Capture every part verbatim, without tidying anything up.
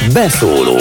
Beszóló.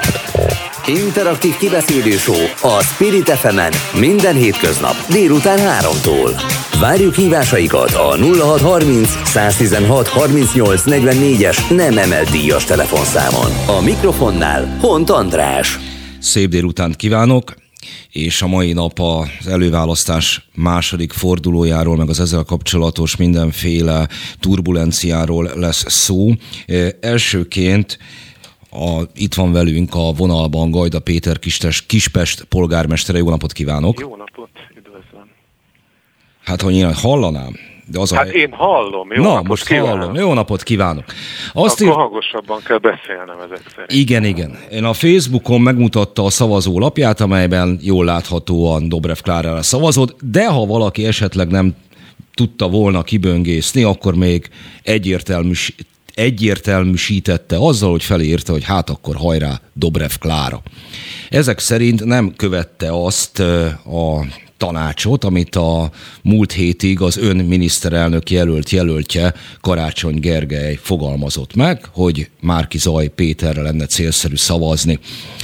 Interaktív kibeszélő show a Spirit ef emen minden hétköznap délután háromtól. Várjuk hívásaikat a nulla hat harminc száztizenhat harmincnyolc negyvennégyes nem emelt díjas telefonszámon. A mikrofonnál Hont András. Szép délutánt kívánok, és a mai nap az előválasztás második fordulójáról, meg az ezzel kapcsolatos mindenféle turbulenciáról lesz szó. E, elsőként a, itt van velünk a vonalban Gajda Péter Kistes, Kispest polgármestere. Jó napot kívánok! Jó napot, üdvözlöm! Hát, hogy én hallanám. De az hát a... én hallom, jó Na, napot most kívánok. hallom. Jó napot kívánok! Azt Akkor ír... hangosabban kell beszélnem ezek szerint. Igen, igen. Én a Facebookon megmutatta a szavazó lapját, amelyben jól láthatóan Dobrev Klárára szavazott, de ha valaki esetleg nem tudta volna kiböngészni, akkor még egyértelműs, egyértelműsítette azzal, hogy felírta, hogy hát akkor hajrá Dobrev Klára. Ezek szerint nem követte azt a tanácsot, amit a múlt hétig az ön miniszterelnök jelölt jelöltje Karácsony Gergely fogalmazott meg, hogy Márki-Zay Péterre lenne célszerű szavazni.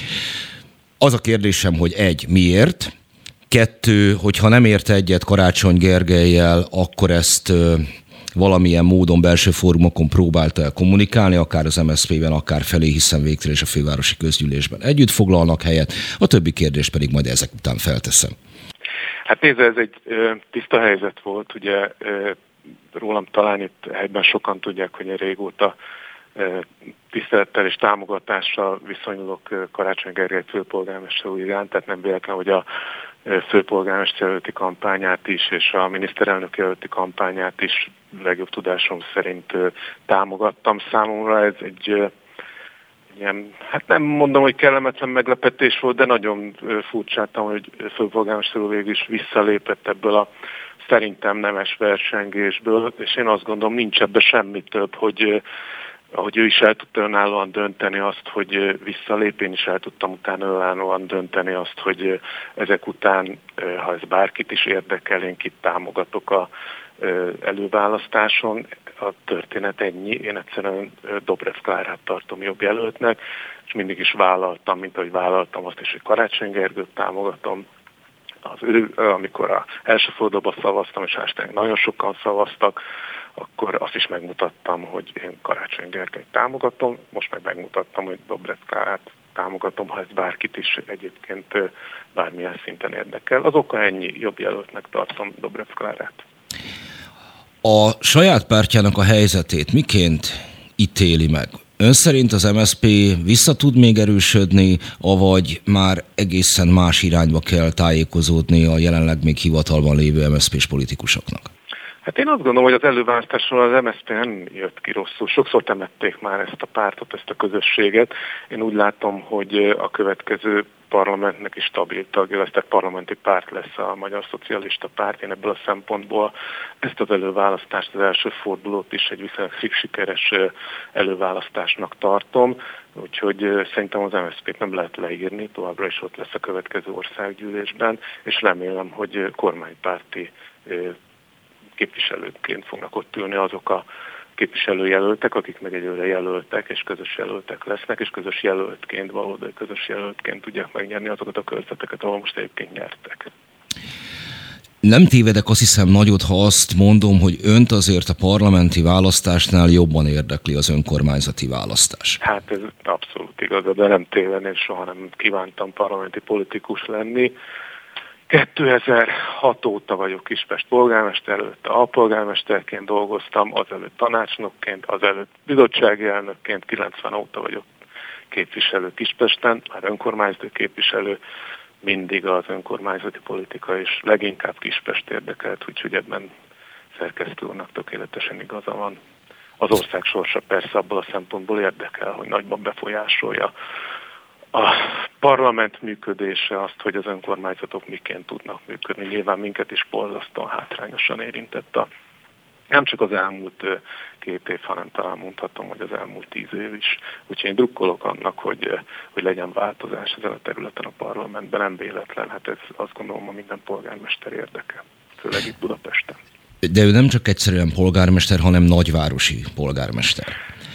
Az a kérdésem, hogy egy, miért? Kettő, hogyha nem ért egyet Karácsony Gergellyel, akkor ezt valamilyen módon belső fórumokon próbálta el kommunikálni, akár az em es zé pé-ben, akár felé, hiszen végtelen és a fővárosi közgyűlésben együtt foglalnak helyet. A többi kérdést pedig majd ezek után felteszem. Hát nézd, ez egy ö, tiszta helyzet volt, ugye ö, rólam talán itt helyben sokan tudják, hogy én régóta ö, tisztelettel és támogatással viszonyulok ö, Karácsony Gergely főpolgármester úr iránt, tehát nem véletlen, hogy a ö, főpolgármester jelölti kampányát is, és a miniszterelnök jelölti kampányát is legjobb tudásom szerint ö, támogattam. Számomra ez egy ö, ilyen, hát nem mondom, hogy kellemetlen meglepetés volt, de nagyon furcsáltam, hogy főpolgármester úr végül is visszalépett ebből a szerintem nemes versengésből, és én azt gondolom, nincs ebbe semmi több, hogy ahogy ő is el tudta önállóan dönteni azt, hogy visszalép, én is el tudtam utána önállóan dönteni azt, hogy ezek után, ha ez bárkit is érdekel, én kit támogatok a előválasztáson. A történet ennyi. Én egyszerűen Dobrev Klárát tartom jobb jelöltnek, és mindig is vállaltam, mint ahogy vállaltam azt is, hogy Karácsony Gergőt támogatom. Az ő, amikor az első fordulóban szavaztam, és hashtag nagyon sokan szavaztak, akkor azt is megmutattam, hogy én Karácsony Gergelyt támogatom. Most meg megmutattam, hogy Dobrev Klárát támogatom, ha ez bárkit is egyébként bármilyen szinten érdekel. Az oka ennyi, jobb jelöltnek tartom Dobrev Klárát. A saját pártjának a helyzetét miként ítéli meg? Ön szerint az em es zé pé vissza tud még erősödni, avagy már egészen más irányba kell tájékozódni a jelenleg még hivatalban lévő em es zé pés politikusoknak? Hát én azt gondolom, hogy az előválasztáson az em es zé pé nem jött ki rosszul. Sokszor temették már ezt a pártot, ezt a közösséget. Én úgy látom, hogy a következő parlamentnek is stabil tagja lesz, tehát parlamenti párt lesz a Magyar Szocialista Párt. Én ebből a szempontból ezt az előválasztást, az első fordulót is egy viszonylag sikeres előválasztásnak tartom, úgyhogy szerintem az em es zé pét nem lehet leírni, továbbra is ott lesz a következő országgyűlésben, és remélem, hogy kormánypárti képviselőként fognak ott ülni azok a képviselőjelöltek, akik meg egyőre jelöltek, és közös jelöltek lesznek, és közös jelöltként, valódi közös jelöltként tudják megnyerni azokat a körzeteket, ahol most egyébként nyertek. Nem tévedek, azt hiszem nagyot, ha azt mondom, hogy önt azért a parlamenti választásnál jobban érdekli az önkormányzati választás. Hát ez abszolút igaz, de nem tévedni, soha nem kívántam parlamenti politikus lenni. kétezer-hat óta vagyok Kispest polgármester, előtte alpolgármesterként dolgoztam, azelőtt tanácsnokként, azelőtt bizottsági elnökként, kilencven óta vagyok képviselő Kispesten, már önkormányzati képviselő, mindig az önkormányzati politika és leginkább Kispest érdekelt, úgyhogy ebben szerkesztő úrnak tökéletesen igaza van. Az ország sorsa persze abból a szempontból érdekel, hogy nagyban befolyásolja a parlament működése, azt, hogy az önkormányzatok miként tudnak működni. Nyilván minket is borzasztóan hátrányosan érintett a nem csak az elmúlt két év, hanem talán mondhatom, hogy az elmúlt tíz év is. Úgyhogy én drukkolok annak, hogy, hogy legyen változás ezen a területen a parlamentben. Nem véletlen, hát ez azt gondolom, hogy minden polgármester érdeke, főleg itt Budapesten. De ő nem csak egyszerűen polgármester, hanem nagyvárosi polgármester.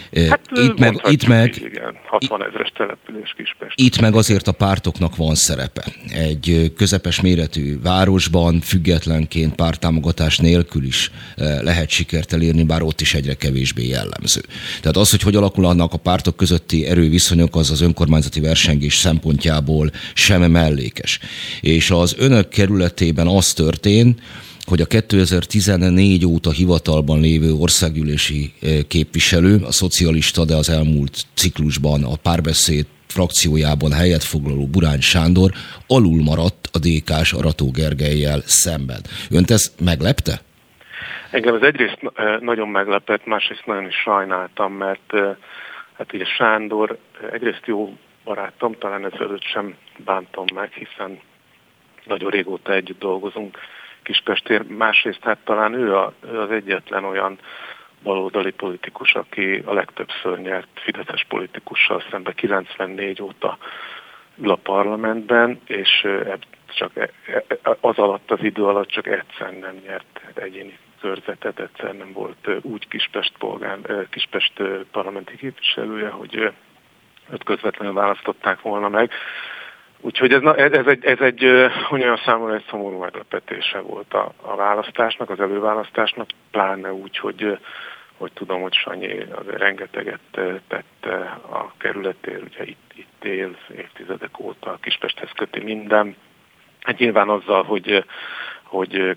Hát itt meg, itt meg, igen, hatvan ezres település Kispest. Itt meg azért a pártoknak van szerepe. Egy közepes méretű városban függetlenként párttámogatás nélkül is lehet sikert elérni, bár ott is egyre kevésbé jellemző. Tehát az, hogy hogy alakulnak a pártok közötti erőviszonyok, az az önkormányzati versengés szempontjából sem mellékes. És az önök kerületében az történt, hogy a kétezer-tizennégy óta hivatalban lévő országgyűlési képviselő, a szocialista, de az elmúlt ciklusban a Párbeszéd frakciójában helyet foglaló Burány Sándor alul maradt a dé ká-s Arató Gergellyel szemben. Önt ez meglepte? Engem ez egyrészt nagyon meglepett, másrészt nagyon is sajnáltam, mert hát ugye Sándor egyrészt jó barátom, talán ezelőtt sem bántom meg, hiszen nagyon régóta együtt dolgozunk Kispestén, másrészt hát talán ő, a, ő az egyetlen olyan baloldali politikus, aki a legtöbbször nyert fideszes politikussal szemben kilencvennégy óta ül a parlamentben, és csak az alatt, az idő alatt csak egyszer nem nyert egyéni körzetet, egyszer nem volt úgy Kispest, polgár, Kispest parlamenti képviselője, hogy őt közvetlenül választották volna meg. Úgyhogy ez, ez egy, ez egy olyan számomra egy szomorú meglepetése volt a, a választásnak, az előválasztásnak, pláne úgy, hogy, hogy tudom, hogy Sanyi azért rengeteget tett a kerületér, ugye itt, itt él évtizedek óta, Kispesthez köti minden. Hát nyilván azzal, hogy, hogy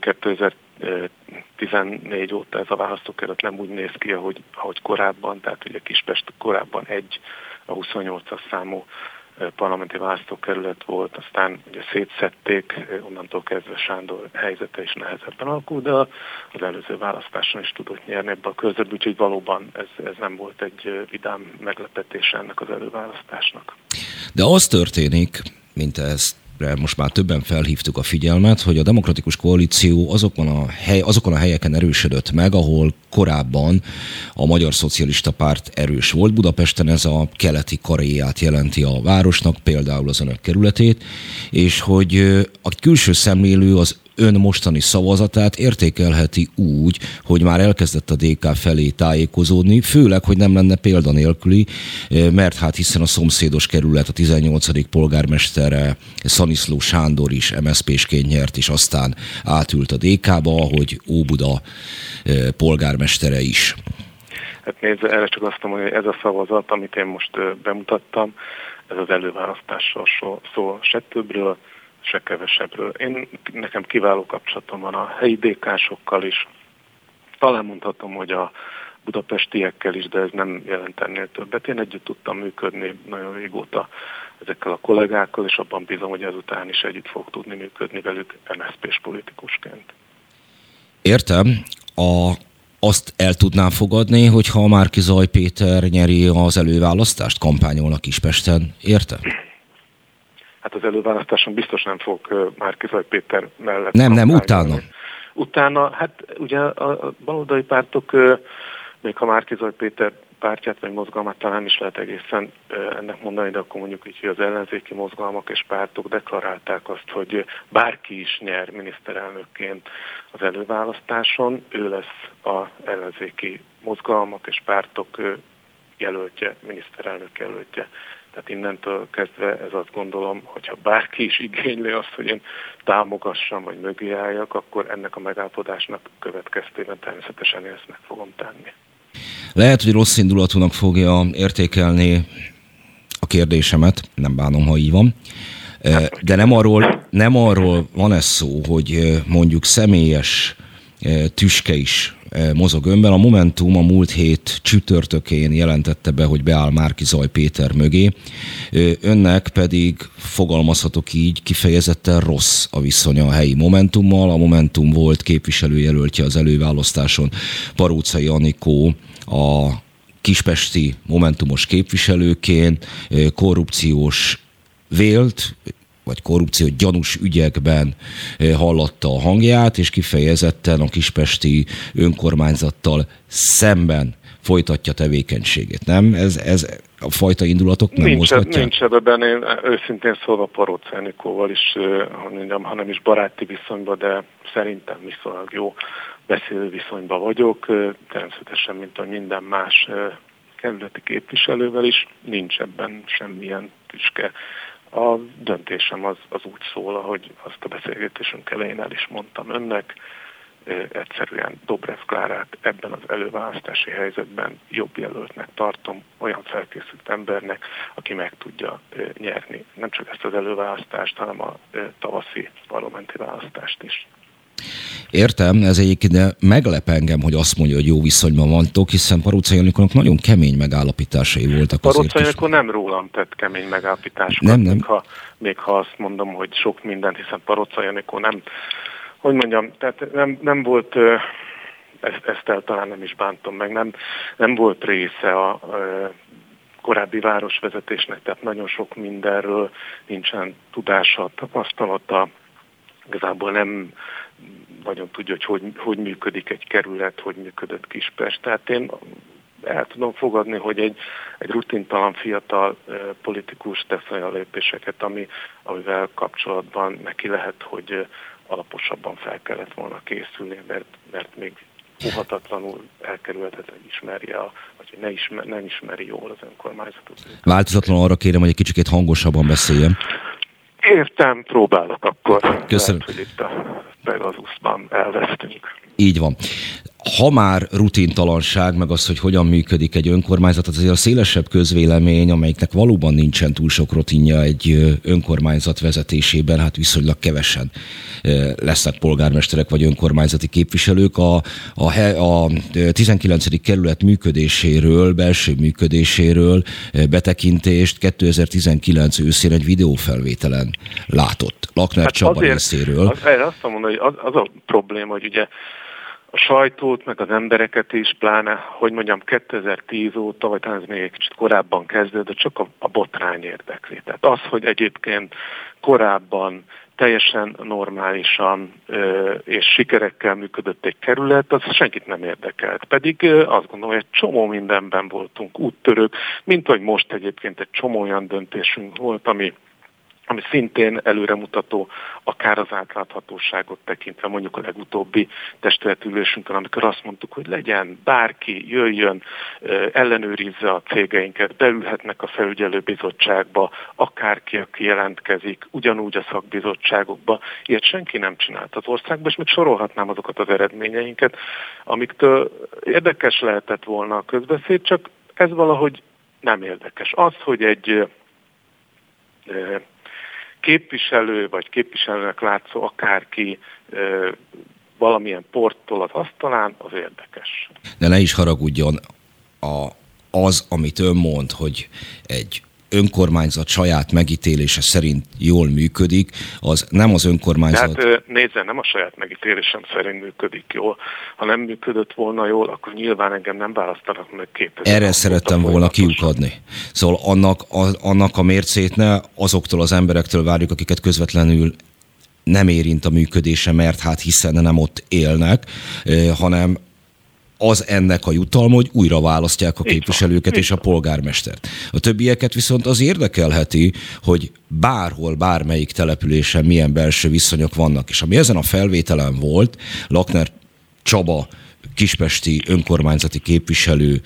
kétezer-tizennégy óta ez a választókerület nem úgy néz ki, ahogy, ahogy korábban, tehát ugye Kispest korábban egy, a huszonnyolcas számú parlamenti választókerület volt, aztán ugye szétszették, onnantól kezdve Sándor helyzete is nehezebben alakult, de az előző választáson is tudott nyerni ebbe a körzetbe, úgyhogy valóban ez, ez nem volt egy vidám meglepetése ennek az előválasztásnak. De az történik, mint ez most már többen felhívtuk a figyelmet, hogy a Demokratikus Koalíció azokon a, hely, azokon a helyeken erősödött meg, ahol korábban a Magyar Szocialista Párt erős volt. Budapesten ez a keleti karéját jelenti a városnak, például az önök kerületét, és hogy a külső szemlélő az ön mostani szavazatát értékelheti úgy, hogy már elkezdett a dé ká felé tájékozódni, főleg, hogy nem lenne példanélküli, mert hát hiszen a szomszédos kerület, a tizennyolcadik polgármestere Szaniszló Sándor is em es zé pésként nyert, és aztán átült a dé ká-ba, ahogy Óbuda polgármestere is. Hát nézd, erre csak azt mondom, hogy ez a szavazat, amit én most bemutattam, ez az előválasztással szól se többről, se kevesebbről. Én, nekem kiváló kapcsolatom van a helyi dé ká-sokkal is. Talán mondhatom, hogy a budapestiekkel is, de ez nem jelent ennél többet. Én együtt tudtam működni nagyon régóta ezekkel a kollégákkal, és abban bízom, hogy ezután is együtt fog tudni működni velük em es zé pés politikusként. Értem. A, azt el tudná fogadni, hogyha Márki-Zay Péter nyeri az előválasztást, kampányolnak Kispesten, érte? Hát az előválasztáson biztos nem fog Márki-Zay Péter mellett. Nem, nem, utána. Utána, hát ugye a baloldali pártok, még ha Márki-Zay Péter pártját vagy mozgalmát talán is lehet egészen ennek mondani, de akkor mondjuk így, hogy az ellenzéki mozgalmak és pártok deklarálták azt, hogy bárki is nyer miniszterelnökként az előválasztáson, ő lesz az ellenzéki mozgalmak és pártok jelöltje, miniszterelnök jelöltje. Tehát innentől kezdve ez azt gondolom, hogyha bárki is igényli azt, hogy én támogassam vagy mögé álljak, akkor ennek a megállapodásnak következtében természetesen ezt meg fogom tenni. Lehet, hogy rossz indulatúnak fogja értékelni a kérdésemet, nem bánom, ha így van. De nem arról, nem arról van ez szó, hogy mondjuk személyes tüske is mozog önben. A Momentum a múlt hét csütörtökén jelentette be, hogy beáll Márki-Zay Péter mögé. Önnek pedig, fogalmazhatok így, kifejezetten rossz a viszonya a helyi Momentummal. A Momentum volt képviselőjelöltje az előválasztáson Parócai Anikó, a kispesti momentumos képviselőként korrupciós vélt, vagy korrupció gyanús ügyekben hallatta a hangját, és kifejezetten a kispesti önkormányzattal szemben folytatja tevékenységét. Nem? Ez, ez a fajta indulatok nem nincs, mozgatják? Nincs ebben, én őszintén szólva Parócai Anikóval is, mondjam, hanem is baráti viszonyban, de szerintem viszonylag jó beszélő viszonyban vagyok. Természetesen, mint a minden más kerületi képviselővel is, nincs ebben semmilyen tüske. A döntésem az, az úgy szól, ahogy azt a beszélgetésünk elején el is mondtam önnek, egyszerűen Dobrev Klárát ebben az előválasztási helyzetben jobb jelöltnek tartom, olyan felkészült embernek, aki meg tudja nyerni nem csak ezt az előválasztást, hanem a tavaszi parlamenti választást is. Értem, ez egyébként, de meglep engem, hogy azt mondja, hogy jó viszonyban vantok, hiszen Parócai Anikónak nagyon kemény megállapításai voltak. Parócai Anikó nem rólam tett kemény megállapításokat, nem, nem. Még, ha, még ha azt mondom, hogy sok mindent, hiszen Parócai Anikó nem, hogy mondjam, tehát nem, nem volt, ezt, ezt talán nem is bántom meg, nem, nem volt része a, a korábbi városvezetésnek, tehát nagyon sok mindenről nincsen tudása, tapasztalata, igazából nem nagyon tudja, hogy, hogy hogy működik egy kerület, hogy működött Kispest. Tehát én el tudom fogadni, hogy egy, egy rutintalan fiatal uh, politikus tesz olyan lépéseket, ami, amivel kapcsolatban neki lehet, hogy uh, alaposabban fel kellett volna készülni, mert, mert még óhatatlanul elkerülhetetlen ismerje, a, vagy hogy ne ismer, nem ismeri jól az önkormányzatot. Változatlanul arra kérem, hogy egy kicsit hangosabban beszéljen. Értem, próbálok akkor. Köszönöm. Lehet, hogy itt a Pegasusban elvesztünk. Így van. Ha már rutintalanság, meg az, hogy hogyan működik egy önkormányzat, az azért a szélesebb közvélemény, amelyiknek valóban nincsen túl sok rutinja egy önkormányzat vezetésében, hát viszonylag kevesen lesznek polgármesterek vagy önkormányzati képviselők. A, a, a tizenkilencedik kerület működéséről, belső működéséről betekintést kétezer-tizenkilenc őszén egy videófelvételen látott Lakner hát Csaba részéről. Az, azt mondom, hogy az, az a probléma, hogy ugye a sajtót, meg az embereket is, pláne, hogy mondjam, kétezer-tíz óta, vagy talán ez még egy kicsit korábban kezdődött, csak a, a botrány érdekli. Tehát az, hogy egyébként korábban teljesen normálisan ö, és sikerekkel működött egy kerület, az senkit nem érdekelt. Pedig ö, azt gondolom, hogy egy csomó mindenben voltunk úttörők, mint hogy most egyébként egy csomó olyan döntésünk volt, ami ami szintén előremutató, akár az átláthatóságot tekintve, mondjuk a legutóbbi testületülésünkön, amikor azt mondtuk, hogy legyen bárki, jöjjön, ellenőrizze a cégeinket, beülhetnek a felügyelőbizottságba, akárki, aki jelentkezik, ugyanúgy a szakbizottságokba. Ilyet senki nem csinált az országban, és még sorolhatnám azokat az eredményeinket, amiktől érdekes lehetett volna a közbeszéd, csak ez valahogy nem érdekes. Az, hogy egy képviselő, vagy képviselőnek látszó akárki ö, valamilyen porttól az asztalán, az érdekes. De ne is haragudjon, a, az, amit ön mond, hogy egy önkormányzat saját megítélése szerint jól működik, az nem az önkormányzat... Tehát nézze, nem a saját megítélésem szerint működik jól. Ha nem működött volna jól, akkor nyilván engem nem választanak meg kétezer. Erre szerettem volna kiukadni. Szóval annak a, annak a mércét ne azoktól az emberektől várjuk, akiket közvetlenül nem érint a működése, mert hát hiszen nem ott élnek, hanem az ennek a jutalma, hogy újra választják a képviselőket és a polgármestert. A többieket viszont az érdekelheti, hogy bárhol, bármelyik településen milyen belső viszonyok vannak. És ami ezen a felvételen volt, Lakner Csaba kispesti önkormányzati képviselőt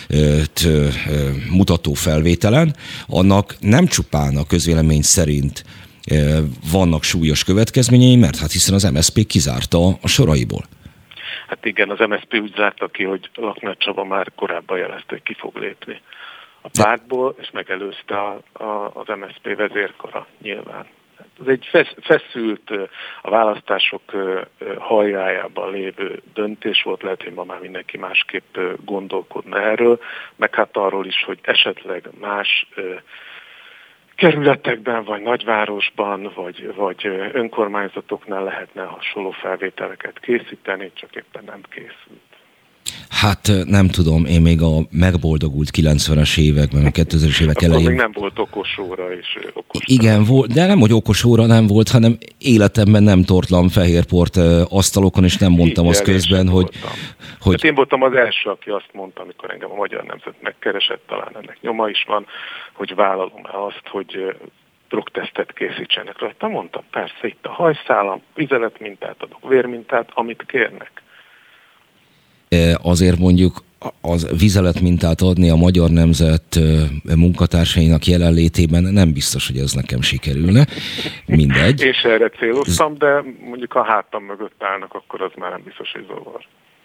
mutató felvételen, annak nem csupán a közvélemény szerint vannak súlyos következményei, mert hát hiszen az em es zé pé kizárta a soraiból. Hát igen, az em es zé pé úgy zárta ki, hogy Lakner Csaba már korábban jelezte, hogy ki fog lépni a pártból, és megelőzte a, a, az em es zé pé vezérkara nyilván. Ez egy fesz, feszült, a választások hajrájában lévő döntés volt, lehet, hogy ma már mindenki másképp gondolkodna erről, meg hát arról is, hogy esetleg más kerületekben, vagy nagyvárosban, vagy, vagy önkormányzatoknál lehetne hasonló felvételeket készíteni, csak éppen nem készült. Hát nem tudom, én még a megboldogult kilencvenes években, a kétezres évek elején... Akkor még nem volt okos óra és okos... Igen, volt, de nem, hogy okos óra nem volt, hanem életemben nem tortlam fehérport asztalokon, és nem mondtam azt közben, hogy... hogy... Hát én voltam az első, aki azt mondta, amikor engem a Magyar Nemzet megkeresett, talán ennek nyoma is van, hogy vállalom-e azt, hogy drogtesztet készítsenek rajta. Mondtam, persze, itt a hajszálam, vizeletmintát adok, vérmintát, amit kérnek. Azért mondjuk az vizeletmintát adni a Magyar Nemzet munkatársainak jelenlétében, nem biztos, hogy ez nekem sikerülne. Mindegy. Én se erre céloztam, de mondjuk a hátam mögött állnak, akkor az már nem biztos, hogy zavar.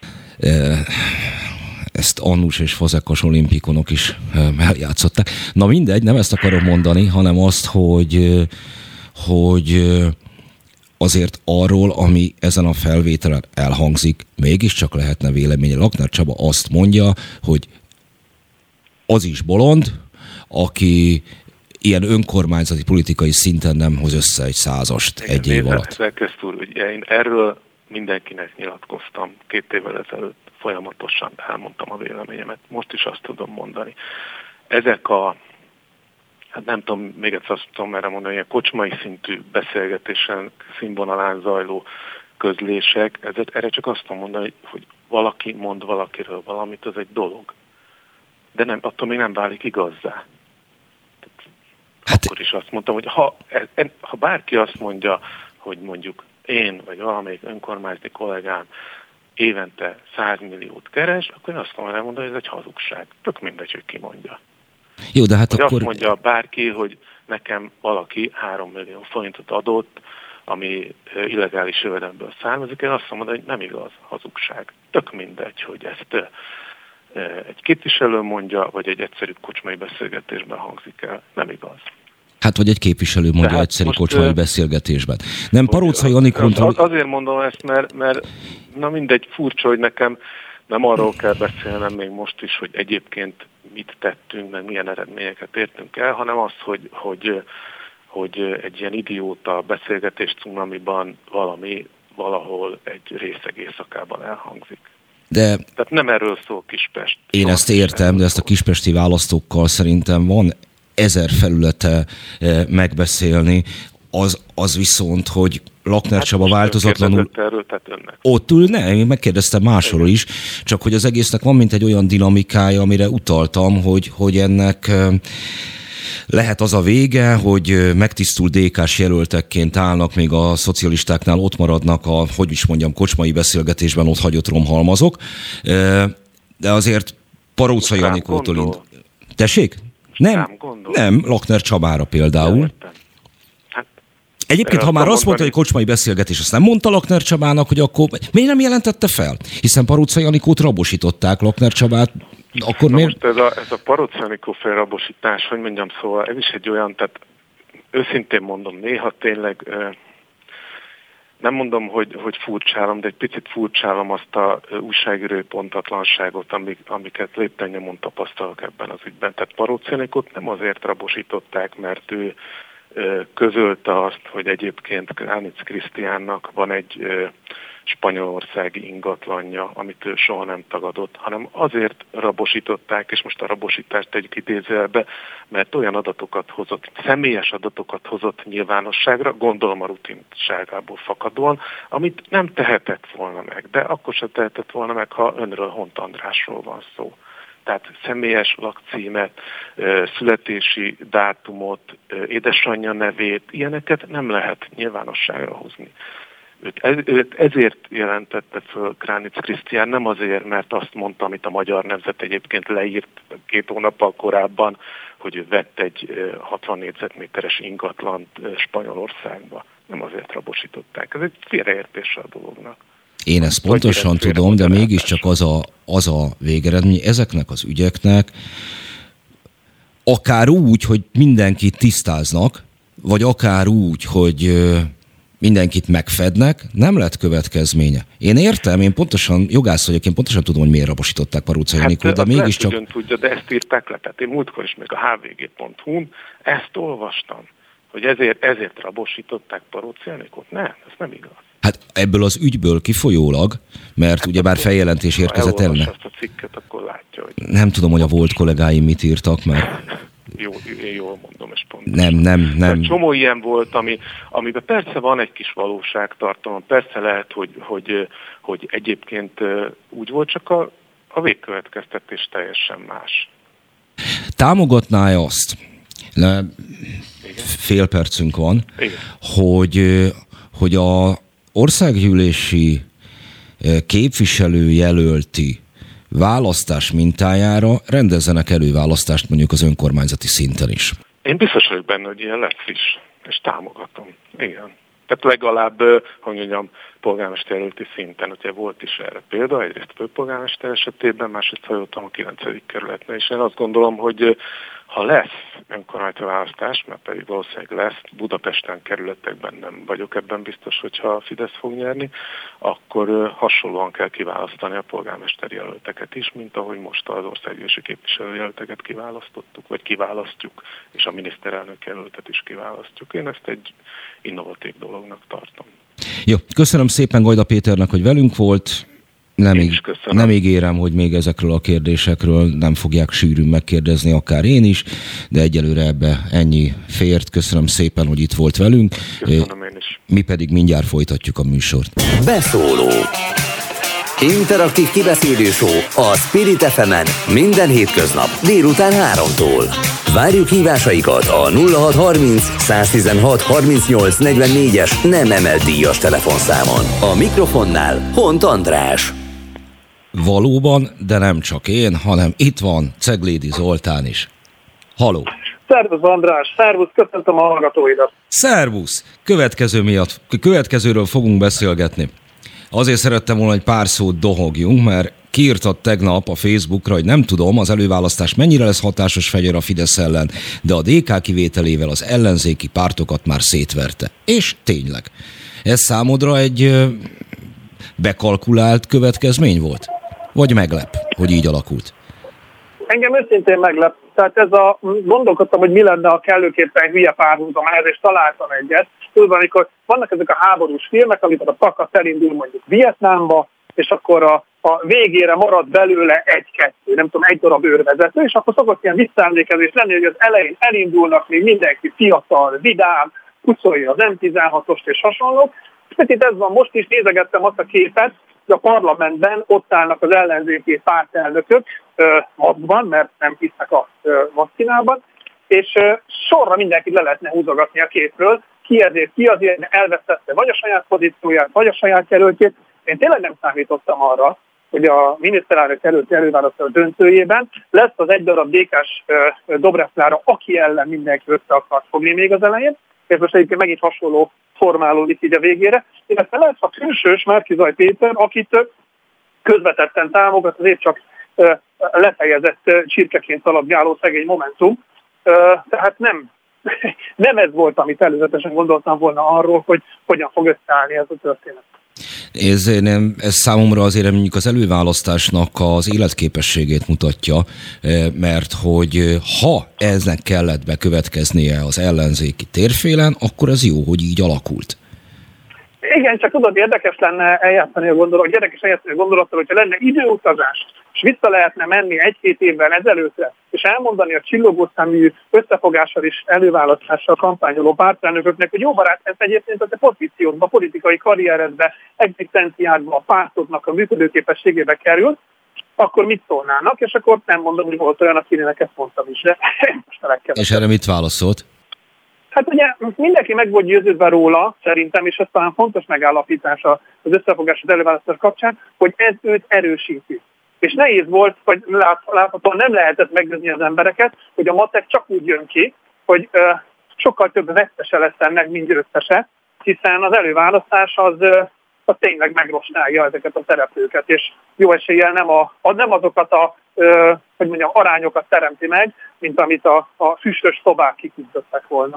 Ezt Annus és Fazekas olimpikonok is eljátszották. Na mindegy, nem ezt akarom mondani, hanem azt, hogy, hogy azért arról, ami ezen a felvételen elhangzik, mégiscsak lehetne véleménye. Lakner Csaba azt mondja, hogy az is bolond, aki ilyen önkormányzati politikai szinten nem hoz össze egy százast egy év alatt. Szerkesztő úr, ugye én erről mindenkinek nyilatkoztam két évvel ezelőtt, folyamatosan elmondtam a véleményemet. Most is azt tudom mondani. Ezek a, hát nem tudom, még egyszer azt tudom erre mondani, ilyen kocsmai szintű beszélgetésen, színvonalán zajló közlések, ezért erre csak azt tudom mondani, hogy valaki mond valakiről valamit, az egy dolog. De nem, attól még nem válik igazzá. Hát, akkor is azt mondtam, hogy ha, ha bárki azt mondja, hogy mondjuk én, vagy valamelyik önkormányzati kollégám évente száz milliót keres, akkor én azt tudom elmondani, hogy ez egy hazugság. Tök mindegy, hogy ki mondja. Jó, de hát hogy akkor... azt mondja bárki, hogy nekem valaki három millió forintot adott, ami illegális jövedelemből származik, én azt mondom, hogy nem igaz, hazugság. Tök mindegy, hogy ezt egy képviselő mondja, vagy egy egyszerű kocsmai beszélgetésben hangzik el. Nem igaz. Hát, vagy egy képviselő mondja hát egyszerű kocsmai ö... beszélgetésben. Nem, Paróczai Anikót... Az, azért mondom ezt, mert, mert na mindegy, furcsa, hogy nekem nem arról kell beszélnem még most is, hogy egyébként mit tettünk, meg milyen eredményeket értünk el, hanem az, hogy, hogy, hogy egy ilyen idióta beszélgetés cunamiban valami valahol egy részeg éjszakában elhangzik. De tehát nem erről szól Kispest. Én ezt értem, de ezt a kispesti választókkal szerintem van ezer felülete megbeszélni, az, az viszont, hogy Lakner hát Csaba változatlanul... Erről, tehát önnek. Ott ül, ne, én megkérdeztem másról is, csak hogy az egésznek van mint egy olyan dinamikája, amire utaltam, hogy, hogy ennek lehet az a vége, hogy megtisztult dé ká-s jelöltekként állnak, még a szocialistáknál ott maradnak a, hogy is mondjam, kocsmai beszélgetésben ott hagyott romhalmazok, de azért Paróczai Anikótól ind... Tessék? Nem, nem, Lakner Csabára például. Hát, egyébként, ha már azt mondta, hogy kocsmai beszélgetés, azt nem mondta Lakner Csabának, hogy akkor miért nem jelentette fel? Hiszen Paróczai Anikót rabosították, Lakner Csabát, akkor Na miért? most ez a, ez a Paróczai Anikó felrabosítás, hogy mondjam, szóval ez is egy olyan, tehát őszintén mondom, néha tényleg nem mondom, hogy, hogy furcsálom, de egy picit furcsálom azt a újságírói pontatlanságot, amik, amiket lépten nyomon tapasztalok ebben az ügyben. Tehát Paróczai Anikót nem azért rabosították, mert ő közölte azt, hogy egyébként Kránic Krisztiánnak van egy spanyolországi ingatlanja, amit ő soha nem tagadott, hanem azért rabosították, és most a rabosítást tegyük idézőjelbe, mert olyan adatokat hozott, személyes adatokat hozott nyilvánosságra, gondolom a rutinságából fakadóan, amit nem tehetett volna meg, de akkor sem tehetett volna meg, ha önről, Hont Andrásról van szó. Tehát személyes lakcímet, születési dátumot, édesanyja nevét, ilyeneket nem lehet nyilvánosságra hozni. Őt ezért jelentette föl Kránic Krisztián, nem azért, mert azt mondta, amit a Magyar Nemzet egyébként leírt két hónappal korábban, hogy ő vett egy hatvan négyzetméteres ingatlant Spanyolországba. Nem azért rabosították. Ez egy félreértése a dolognak. Én ezt pontosan tudom, de mégiscsak az a, az a végeredmény ezeknek az ügyeknek, akár úgy, hogy mindenkit tisztáznak, vagy akár úgy, hogy mindenkit megfednek, nem lett következménye. Én értem, én pontosan jogász vagyok, én pontosan tudom, hogy miért rabosították Paróczai Anikót, hát, de mégiscsak... Hát tudja, de ezt írták le. Tehát én múltkor is még a há vé gé pont hú-n ezt olvastam, hogy ezért, ezért rabosították Paróczai Anikót. Nem, ez nem igaz. Hát ebből az ügyből kifolyólag, mert hát ugyebár feljelentés érkezett el. Ha elolvassa azt a cikket, akkor látja, hogy... Nem tudom, hogy a volt kollégáim mit írtak, mert... Jó, én jól mondom, és pont. Nem, nem, nem. Egy csomó ilyen volt, ami, amiben persze van egy kis valóságtartalom, persze lehet, hogy, hogy, hogy egyébként úgy volt, csak a, a végkövetkeztetés teljesen más. Támogatná-e azt, le, fél percünk van, Igen. hogy, hogy a országgyűlési képviselőjelölti választás mintájára rendezzenek előválasztást mondjuk az önkormányzati szinten is. Én biztos vagyok benne, hogy ilyen lesz is, és támogatom. Igen. Tehát legalább, hogy mondjam, polgármesterjelölti szinten, ugye volt is erre példa, egyrészt a főpolgármester esetében, másrészt hajoltam a kilencedik kerületnél, és én azt gondolom, hogy ha lesz önkormányzati választás, mert pedig valószínűleg lesz, Budapesten kerületekben nem vagyok ebben biztos, hogyha a Fidesz fog nyerni, akkor hasonlóan kell kiválasztani a polgármesteri jelölteket is, mint ahogy most az országgyűlési képviselőjelölteket kiválasztottuk, vagy kiválasztjuk, és a miniszterelnök jelöltet is kiválasztjuk. Én ezt egy innovatív dolognak tartom. Jó, köszönöm szépen Gajda Péternek, hogy velünk volt. Nem, íg, nem ígérem, hogy még ezekről a kérdésekről nem fogják sűrűn megkérdezni, akár én is, de egyelőre ebbe ennyi fért. Köszönöm szépen, hogy itt volt velünk. Köszönöm én is. Mi pedig mindjárt folytatjuk a műsort. Beszóló. Interaktív kibeszélő show a Spirit ef emen minden hétköznap délután háromtól. Várjuk hívásaikat a nulla hat harminc száztizenhat harmincnyolc negyvennégyes nem emelt díjas telefonszámon. A mikrofonnál Hont András. Valóban, de nem csak én, hanem itt van Ceglédi Zoltán is. Haló! Szervusz András, szervusz, köszöntöm a hallgatóidat. Szervusz! Következő miatt, következőről fogunk beszélgetni. Azért szerettem volna, hogy pár szót dohogjunk, mert kiírtad tegnap a Facebookra, hogy nem tudom, az előválasztás mennyire lesz hatásos fegyver a Fidesz ellen, de a dé ká kivételével az ellenzéki pártokat már szétverte. És tényleg. Ez számodra egy bekalkulált következmény volt? Vagy meglep, hogy így alakult? Engem őszintén meglep. Tehát ez a, gondolkodtam, hogy mi lenne a kellőképpen hülye párhuzam ehhez, és találtam egyet. Tudod, amikor vannak ezek a háborús filmek, amikor a takat elindul mondjuk Vietnámba, és akkor a, a végére marad belőle egy-kettő, nem tudom, egy darab őrvezető, és akkor szokott ilyen visszaemlékezés lenni, hogy az elején elindulnak még mindenki fiatal, vidám, pucolja az em tizenhatost és hasonlók. És itt ez van, most is nézegettem azt a képet, hogy a parlamentben ott állnak az ellenzéki pártelnökök maszkban, mert nem hisznek a vakcinában, és sorra mindenkit le lehetne húzogatni a képről, ki ezért, ki azért elvesztette vagy a saját pozícióját, vagy a saját jelöltjét. Én tényleg nem számítottam arra, hogy a miniszterelnök jelölti előválasztás döntőjében lesz az egy darab dé ká-s Dobrev Klára, aki ellen mindenki össze akart fogni még az elején, és most egyébként megint hasonló formálódik így a végére. Illetve lesz a külsős Márki-Zay Péter, akit közvetetten támogat, azért csak lefejezett csirkeként szaladgáló szegény Momentum. Tehát nem, nem ez volt, amit előzetesen gondoltam volna arról, hogy hogyan fog összeállni ez a történet. Ez, nem, ez számomra azért mondjuk az előválasztásnak az életképességét mutatja, mert hogy ha eznek kellett bekövetkeznie az ellenzéki térfélen, akkor ez jó, hogy így alakult. Igen, csak tudod, érdekes lenne eljátszani a gondolat, érdekes eljátszani a gondolattal, hogyha lenne időutazás, és vissza lehetne menni egy-két évvel ezelőttre, és elmondani a csillogó szemű összefogással és előválasztással kampányoló pártelnököknek, hogy jó barát, ez egyébként a te pozíciódba, politikai karrieredbe, egzisztenciádba, a pártodnak a működőképességébe került, akkor mit szólnának, és akkor nem mondom, hogy volt olyan, akinek ezt mondtam is, de most És erre mit válaszolt? Hát ugye mindenki meg volt győződve róla, szerintem, és ez talán fontos megállapítása az összefogás az előválasztás kapcsán, hogy ez őt erősíti. És nehéz volt, vagy láthatóan nem lehetett meggyőzni az embereket, hogy a matek csak úgy jön ki, hogy ö, sokkal több vesztese lesz ennek, mint győztese, hiszen az előválasztás az, ö, az tényleg megrostálja ezeket a szereplőket, és jó eséllyel nem, a, a, nem azokat a ö, hogy mondjam, arányokat teremti meg, mint amit a, a füstös szobák kiküzdöttek volna.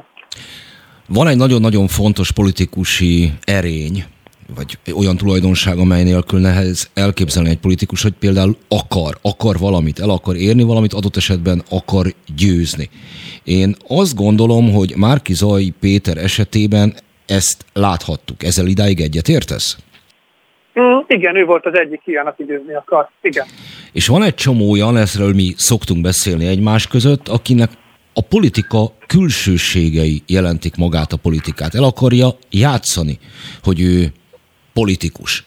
Van egy nagyon-nagyon fontos politikusi erény, vagy olyan tulajdonság, amely nélkül nehéz elképzelni egy politikus, hogy például akar, akar valamit, el akar érni valamit, adott esetben akar győzni. Én azt gondolom, hogy Márki-Zay Péter esetében ezt láthattuk. Ezzel idáig egyetértesz? Mm, igen, ő volt az egyik ilyen, aki győzni akar. Igen. És van egy csomó olyan, ezről mi szoktunk beszélni egymás között, akinek a politika külsőségei jelentik magát a politikát. El akarja játszani, hogy ő politikus.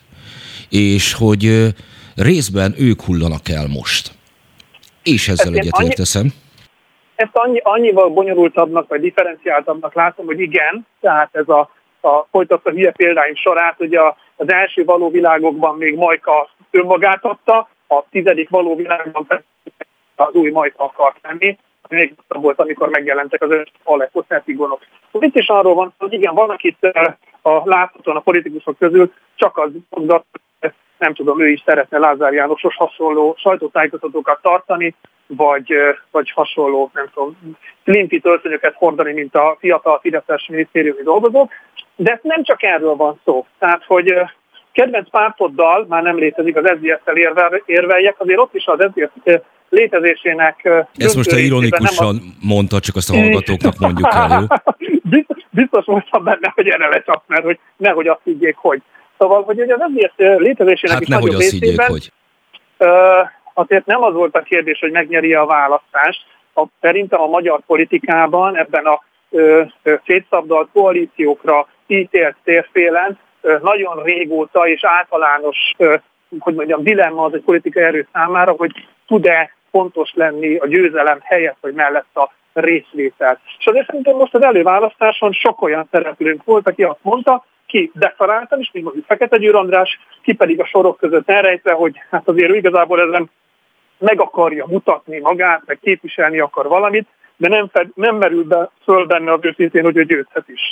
És hogy részben ők hullanak el most. És ezzel egyetérteszem. Annyi, ezt annyi, annyival bonyolultabbnak, vagy differenciáltabbnak látom, hogy igen, tehát ez a, a folytatott hülye példáim sorát, ugye az első való világokban még Majka önmagát adta, a tizedik való világban az új Majka akart lenni, még volt, amikor megjelentek az öt aleposzetigonok. Itt is arról van, hogy igen, van, akit a láthatóan a politikusok közül csak az mondat, nem tudom, ő is szeretne Lázár Jánosos hasonló sajtótájékoztatókat tartani, vagy, vagy hasonló, nem tudom, Linti töltönyöket hordani, mint a fiatal fideszes minisztériumi dolgozók. De nem csak erről van szó. Tehát, hogy kedvenc pártoddal már nem létezik, az es zé es-tel érveljek, azért ott is az es zé es létezésének... Ezt most te ironikusan a... mondta, csak azt a hallgatóknak mondjuk el, jó? Biztos, biztos voltam benne, hogy erre lecsap, mert hogy nehogy azt higgyék, hogy. Szóval, hogy az es zé es létezésének hát is nagyobb részében... Hát nehogy azt higgyék, hogy. Azért nem az volt a kérdés, hogy megnyeri a választást. A, szerintem a magyar politikában ebben a ö, ö, szétszabdalt koalíciókra ítélt térfélen ö, nagyon régóta és általános, ö, hogy mondjam, dilemma az egy politikai erő számára, hogy tud-e fontos lenni a győzelem helyett, vagy mellett a részvétel. És azért szerintem most az előválasztáson sok olyan szereplőnk volt, aki azt mondta, ki deklaráltan is, mint mondjuk Fekete Győr András, ki pedig a sorok között elrejtve, hogy hát azért igazából ezen meg akarja mutatni magát, meg képviselni akar valamit, de nem, fed, nem merül be föl benne az őszintén, hogy ő győzhet is.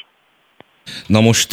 Na most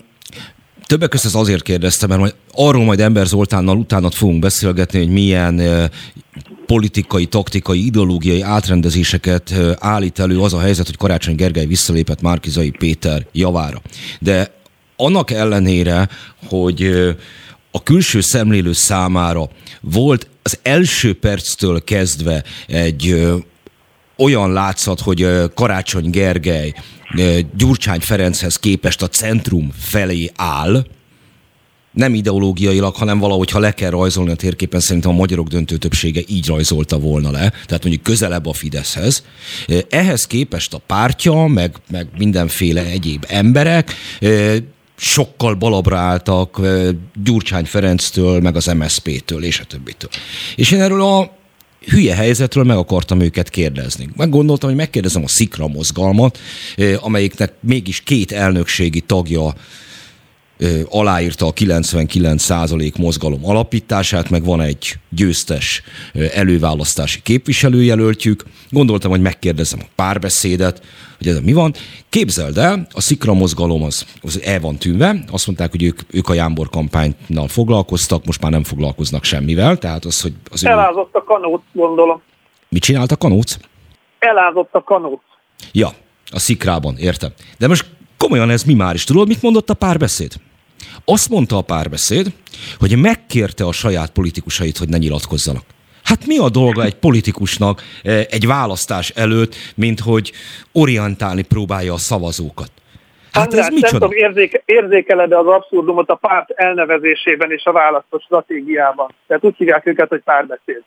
többek között azért kérdeztem, mert majd arról majd Ember Zoltánnal utána fogunk beszélgetni, hogy milyen politikai, taktikai, ideológiai átrendezéseket állít elő az a helyzet, hogy Karácsony Gergely visszalépett Márki-Zay Péter javára. De annak ellenére, hogy a külső szemlélő számára volt az első perctől kezdve egy ö, olyan látszat, hogy ö, Karácsony Gergely ö, Gyurcsány Ferenchez képest a centrum felé áll, nem ideológiailag, hanem valahogy, ha le kell rajzolni a térképen, szerintem a magyarok döntő többsége így rajzolta volna le, tehát mondjuk közelebb a Fideszhez. Ehhez képest a pártja, meg, meg mindenféle egyéb emberek sokkal balabbra álltak Gyurcsány Ferenctől, meg az em es zé pé-től, és a többitől. És én erről a hülye helyzetről meg akartam őket kérdezni. Meggondoltam, hogy megkérdezem a Szikra mozgalmat, amelyiknek mégis két elnökségi tagja aláírta a kilencvenkilenc százalék mozgalom alapítását, meg van egy győztes előválasztási képviselőjelöltjük. Gondoltam, hogy megkérdezem a Párbeszédet, hogy ez mi van. Képzeld el, a Szikra mozgalom az, az el van tűnve, azt mondták, hogy ők, ők a Jámbor kampánynal foglalkoztak, most már nem foglalkoznak semmivel, tehát az, hogy... Az Elázott ő... a kanóc, gondolom. Mit csinált a kanóc? Elázott a kanóc. Ja, a Szikrában, értem. De most komolyan ez mi már is? Tudod, mit mondott a Párbeszéd? Azt mondta a Párbeszéd, hogy megkérte a saját politikusait, hogy ne nyilatkozzanak. Hát mi a dolga egy politikusnak egy választás előtt, mint hogy orientálni próbálja a szavazókat? Hát András, ez micsoda? Nem tudom, érzéke, érzékeled az abszurdumot a párt elnevezésében és a választás stratégiában. Tehát úgy hívják őket, hogy Párbeszéd.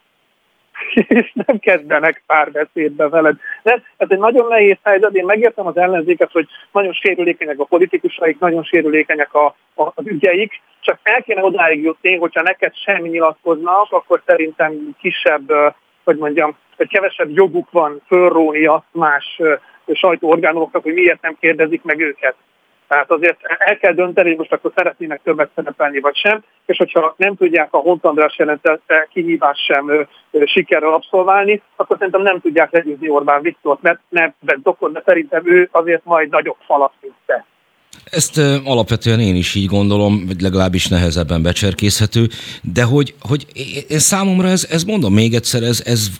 És nem kezdenek párbeszédbe veled. De ez egy nagyon nehéz helyzet. Én megértem az ellenzéket, hogy nagyon sérülékenyek a politikusaik, nagyon sérülékenyek a, a, az ügyeik, csak el kéne odáig jutni, hogyha neked semmi nyilatkoznak, akkor szerintem kisebb, hogy mondjam, hogy kevesebb joguk van fölróni azt más sajtóorgánumoknak, hogy miért nem kérdezik meg őket. Tehát azért el kell dönteni, hogy most akkor szeretnének többet szerepelni, vagy sem, és hogyha nem tudják a Hont András jelentette kihívás sem ö, ö, sikerrel abszolválni, akkor szerintem nem tudják legyőzni Orbán Viktort, mert nem doktor, de szerintem ő azért majd nagyobb falat, mint te. Ezt ö, alapvetően én is így gondolom, vagy legalábbis nehezebben becserkészhető, de hogy, hogy én számomra ez, ez mondom még egyszer, ez, ez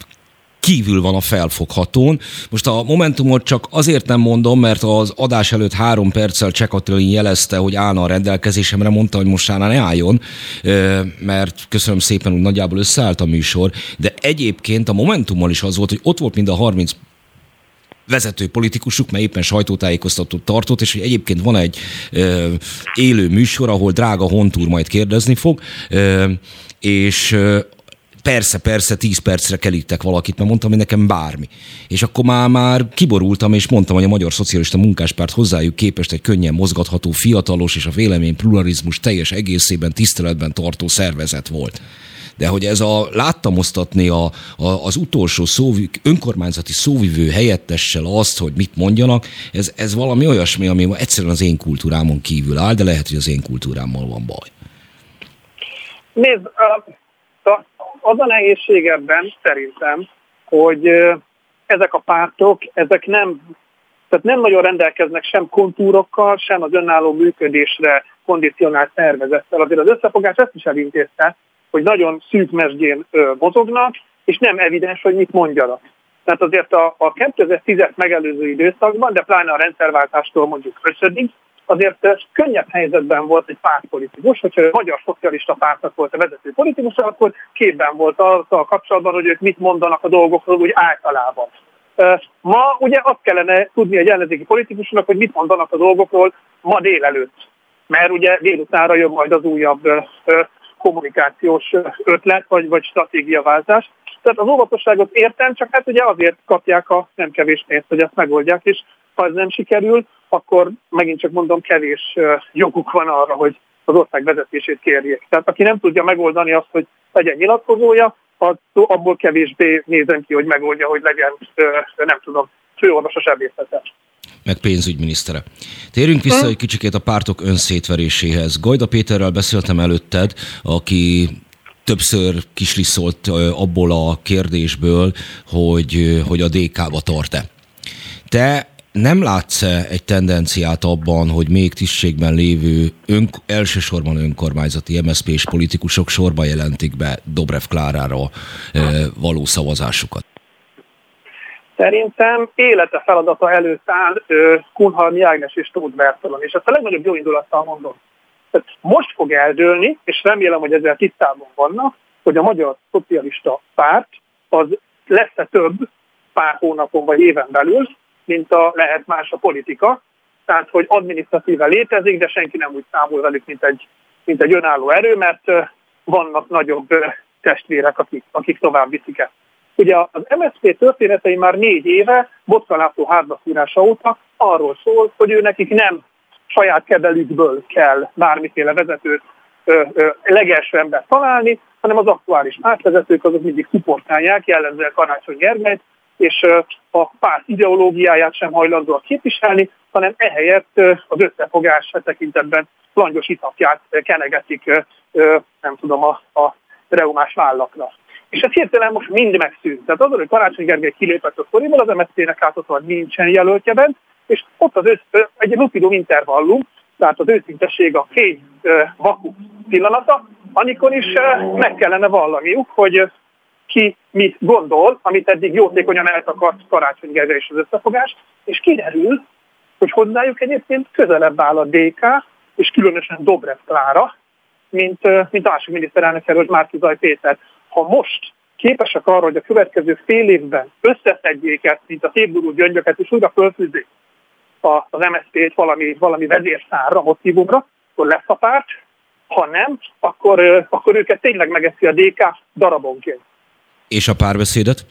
kívül van a felfoghatón. Most a Momentumot csak azért nem mondom, mert az adás előtt három perccel Cseh Katalin jelezte, hogy állna a rendelkezésemre, mondta, hogy most ne álljon, mert köszönöm szépen, úgy nagyjából összeállt a műsor, de egyébként a Momentummal is az volt, hogy ott volt mind a harminc vezető politikusuk, mert éppen sajtótájékoztatót tartott, és hogy egyébként van egy élő műsor, ahol drága Hont úr majd kérdezni fog, és Persze, persze, tíz percre kelítek valakit, mert mondtam, hogy nekem bármi. És akkor már, már kiborultam, és mondtam, hogy a Magyar Szocialista Munkáspárt hozzájuk képest egy könnyen mozgatható, fiatalos és a vélemény pluralizmus teljes egészében tiszteletben tartó szervezet volt. De hogy ez a láttamosztatni a, a, az utolsó szóvi, önkormányzati szóvivő helyettessel azt, hogy mit mondjanak, ez, ez valami olyasmi, ami egyszerűen az én kultúrámon kívül áll, de lehet, hogy az én kultúrámmal van baj. Nézd, uh... Az a nehézség ebben szerintem, hogy ezek a pártok, ezek nem, tehát nem nagyon rendelkeznek sem kontúrokkal, sem az önálló működésre kondicionált szervezettel. Azért az összefogás ezt is elintézte, hogy nagyon szűk mesdjén mozognak, és nem evidens, hogy mit mondjanak. Tehát azért a, a kétezer-tízet megelőző időszakban, de pláne a rendszerváltástól mondjuk ötödik, azért könnyebb helyzetben volt egy pártpolitikus, hogyha a Magyar Szocialista Pártnak volt a vezető politikus, akkor képben volt azzal kapcsolatban, hogy ők mit mondanak a dolgokról úgy általában. Ma ugye azt kellene tudni egy ellenzéki politikusnak, hogy mit mondanak a dolgokról ma délelőtt, mert ugye délutánra jön majd az újabb kommunikációs ötlet, vagy, vagy stratégiaváltás. Tehát az óvatosságot értem, csak hát ugye azért kapják a nem kevés pénzt, hogy ezt megoldják, és ha ez nem sikerül, akkor megint csak mondom, kevés joguk van arra, hogy az ország vezetését kérjék. Tehát aki nem tudja megoldani azt, hogy legyen nyilatkozója, abból kevésbé nézem ki, hogy megoldja, hogy legyen, nem tudom, főorvos a sebészete. Meg pénzügyminisztere. Térjünk vissza egy kicsikét a pártok önszétveréséhez. Gajda Péterrel beszéltem előtted, aki többször kisliszolt abból a kérdésből, hogy, hogy a dé ká-ba tart-e. Te nem látsz egy tendenciát abban, hogy még tisztségben lévő ön, elsősorban önkormányzati em es zé pés politikusok sorba jelentik be Dobrev Klárára e, való szavazásukat? Szerintem élete feladata előtt áll Kunhalmi Ágnes és Tóth Bertalan, és ezt a legnagyobb jó indulattal mondom. Tehát most fog eldőlni, és remélem, hogy ezzel tisztában vannak, hogy a Magyar Szocialista Párt az lesz-e több pár hónapon vagy éven belül, mint a lehet más a politika. Tehát, hogy adminisztratíve létezik, de senki nem úgy számol velük, mint egy, mint egy önálló erő, mert vannak nagyobb testvérek, akik, akik tovább viszik ezt. Ugye az em es zé pé történetei már négy éve, Botka László hátbaszúrása óta arról szól, hogy ő nekik nem saját kebelükből kell bármiféle vezetőt ö, ö, legelső embert találni, hanem az aktuális pártvezetők azok mindig szupportálják, jellemzően Karácsony Gergelyt, és ö, a párt ideológiáját sem hajlandóak képviselni, hanem ehelyett ö, az összefogás tekintetben langyos itakját kenegetik, ö, ö, nem tudom, a, a reumás vállakra. És ez hirtelen most mind megszűnt. Tehát az, hogy Karácsony Gergely kilépett a sztoriból, az em es zé pének átadva nincsen jelöltje bent, és ott az ősz, egy lupidum intervallum, tehát az őszintesség, a fény vakú pillanata, amikor is meg kellene vallaniuk, hogy ki mit gondol, amit eddig jótékonyan eltakart Karácsony Gergely és az összefogás, és kiderül, hogy hozzájuk egyébként közelebb áll a dé ká, és különösen Dobrev Klára, mint, mint a másik miniszterelnök jelölt Márki-Zay Péter. Ha most képesek arra, hogy a következő fél évben összeszedjék ezt, mint a szépgurú gyöngyöket, és újra fölfűzik az em es zé pét valami, valami vezérszárra, motívumra, akkor lesz a párt, ha nem, akkor, akkor őket tényleg megeszi a dé ká darabonként. És a párbeszédet?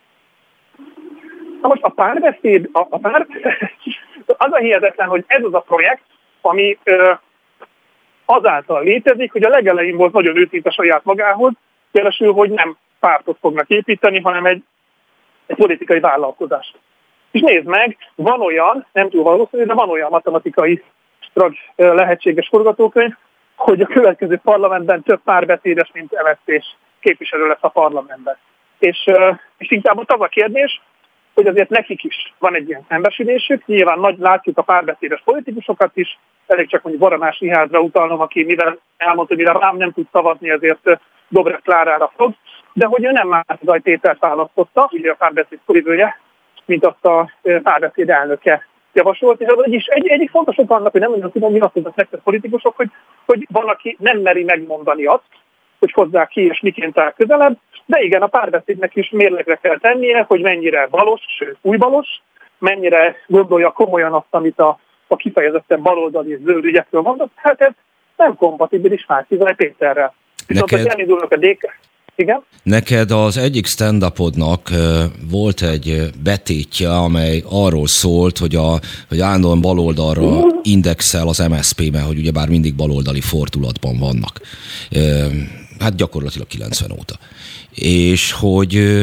Na most a párbeszéd, a, a pár, az a hihetetlen, hogy ez az a projekt, ami ö, azáltal létezik, hogy a legelején volt nagyon őszinte saját magához, jelesül, hogy nem pártot fognak építeni, hanem egy, egy politikai vállalkozást. És nézd meg, van olyan, nem túl valószínű, de van olyan matematikai lehetséges forgatókönyv, hogy a következő parlamentben több párbeszédes, mint em es zé pés képviselő lesz a parlamentben. És, és inkább ott az a kérdés, hogy azért nekik is van egy ilyen szembesülésük. Nyilván nagy, látjuk a párbeszédes politikusokat is, elég csak mondjuk Baranás Mihályra utalnom, aki mivel elmondta, hogy mire rám nem tud szavazni, ezért Dobrev Klárára fog, de hogy ő nem Márki-Zay Pétert választotta, ugye a párbeszéd szorítője, mint azt a párbeszéd elnöke javasolt. És az egyik, egy, egyik fontos ok annak, hogy nem nagyon tudom, mi azt mondják nektek politikusok, hogy, hogy van, aki nem meri megmondani azt, hogy hozzák ki és miként áll közelebb, de igen, a párbeszédnek is mérlegre kell tennie, hogy mennyire balos, sőt új balos, mennyire gondolja komolyan azt, amit a, a kifejezetten baloldali és zöld ügyekről mondott, hát ez nem kompatibilis Márki-Zay Péterrel. Viszont, Neked... hogy elindulnak a dé ká... Igen? Neked az egyik stand-upodnak volt egy betétje, amely arról szólt, hogy, a, hogy állandóan baloldalra indexel az em es zé pé, mert hogy ugyebár mindig baloldali fordulatban vannak. Hát gyakorlatilag kilencven óta. És hogy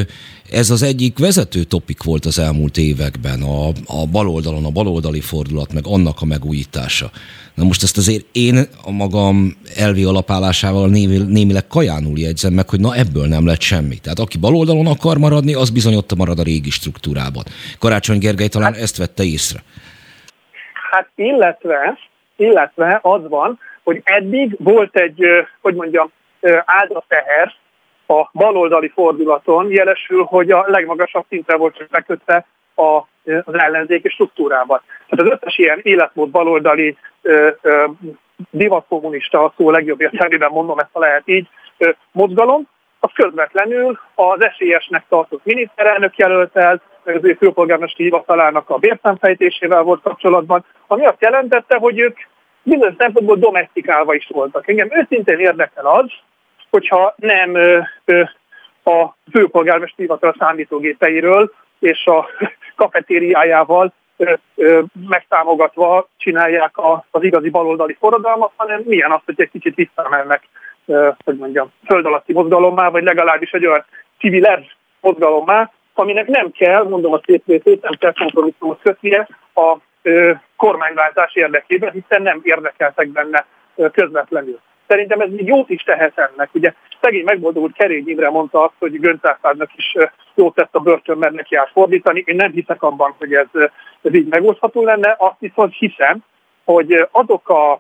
ez az egyik vezető topik volt az elmúlt években, a, a baloldalon, a baloldali fordulat, meg annak a megújítása. Na most ezt azért én a magam elvi alapállásával némileg kajánul jegyzem meg, hogy na ebből nem lett semmi. Tehát aki baloldalon akar maradni, az bizony ott marad a régi struktúrában. Karácsony Gergely talán hát, ezt vette észre. Hát illetve, illetve az van, hogy eddig volt egy, hogy mondjam, áldateher a baloldali fordulaton, jelesül, hogy a legmagasabb szintre volt csak bekötve a, az ellenzéki struktúrában. Tehát az összes ilyen életmód baloldali divatkommunista, a szó legjobb értelmében mondom, ezt ha lehet így, ö, mozgalom, az közvetlenül az esélyesnek tartott miniszterelnök jelöltel, meg az ő főpolgármesteri hivatalának a bérszámfejtésével volt kapcsolatban, ami azt jelentette, hogy ők bizonyos szempontból domestikálva is voltak. Engem őszintén érdekel az, hogyha nem ö, ö, a főpolgármesteri hivatal számítógépeiről és a kafetériájával ö, ö, megtámogatva csinálják a, az igazi baloldali forradalmat, hanem milyen az, hogy egy kicsit visszamennek, ö, hogy mondjam, föld alatti mozgalommá, vagy legalábbis egy olyan civilebb mozgalommá, aminek nem kell, mondom a szép részét, nem kell kompromisszumot kötnie a ö, kormányváltás érdekében, hiszen nem érdekeltek benne ö, közvetlenül. Szerintem ez még jót is tehet ennek. Ugye szegény megboldogult Kerény Imre mondta azt, hogy Göncz-Árpádnak is jót tett a börtön, mert neki át fordítani. Én nem hiszek abban, hogy ez, ez így megoldható lenne. Azt viszont hiszem, hogy azok a,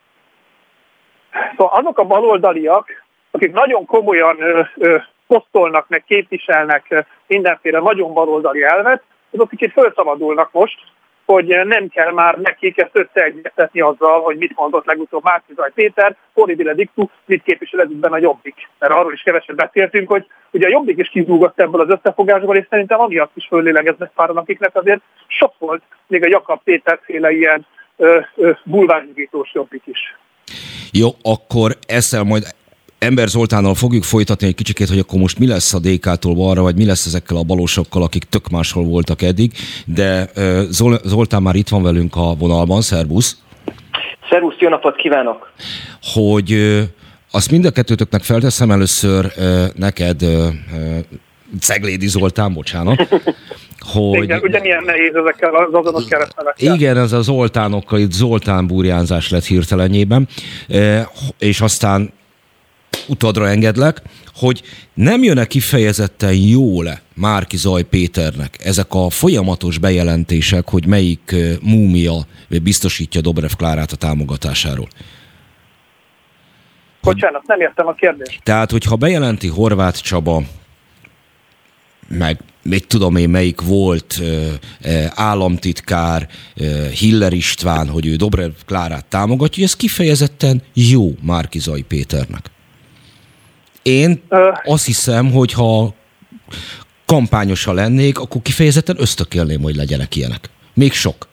szóval azok a baloldaliak, akik nagyon komolyan ö, ö, posztolnak, meg képviselnek mindenféle nagyon baloldali elvet, azok kicsit felszabadulnak most, hogy nem kell már nekik ezt összeegyeztetni azzal, hogy mit mondott legutóbb Márki-Zay Péter, horribile dictu, mit képvisel ezügyben a Jobbik. Mert arról is keveset beszéltünk, hogy ugye a Jobbik is kizúgott ebből az összefogásból, és szerintem amiatt is föllélegeznek páran, akiknek azért sok volt még a Jakab Péter-féle ilyen bulvárnyugítós Jobbik is. Jó, akkor ezzel majd Ember Zoltánnal fogjuk folytatni egy kicsikét, hogy akkor most mi lesz a dé ká-tól balra, vagy mi lesz ezekkel a balósokkal, akik tök máshol voltak eddig, de Zoltán már itt van velünk a vonalban, szervusz! Szervusz, jó napot kívánok! Hogy azt mind a kettőtöknek felteszem először neked, Ceglédi Zoltán, bocsánat, hogy... Igen, ugyanilyen nehéz ezekkel az azonos keresztnevekkel. Igen, ez a Zoltánokkal, itt Zoltán burjánzás lett hirtelenjében, és aztán utadra engedlek, hogy nem jön-e kifejezetten jól-e Márki-Zay Péternek ezek a folyamatos bejelentések, hogy melyik múmia biztosítja Dobrev Klárát a támogatásáról? Bocsánat, nem értem a kérdést. Tehát, hogyha bejelenti Horváth Csaba, meg még tudom én melyik volt államtitkár, Hiller István, hogy ő Dobrev Klárát támogatja, hogy ez kifejezetten jó Márki-Zay Péternek. Én azt hiszem, hogy ha kampányosa lennék, akkor kifejezetten ösztökélném, hogy legyenek ilyenek. Még sok.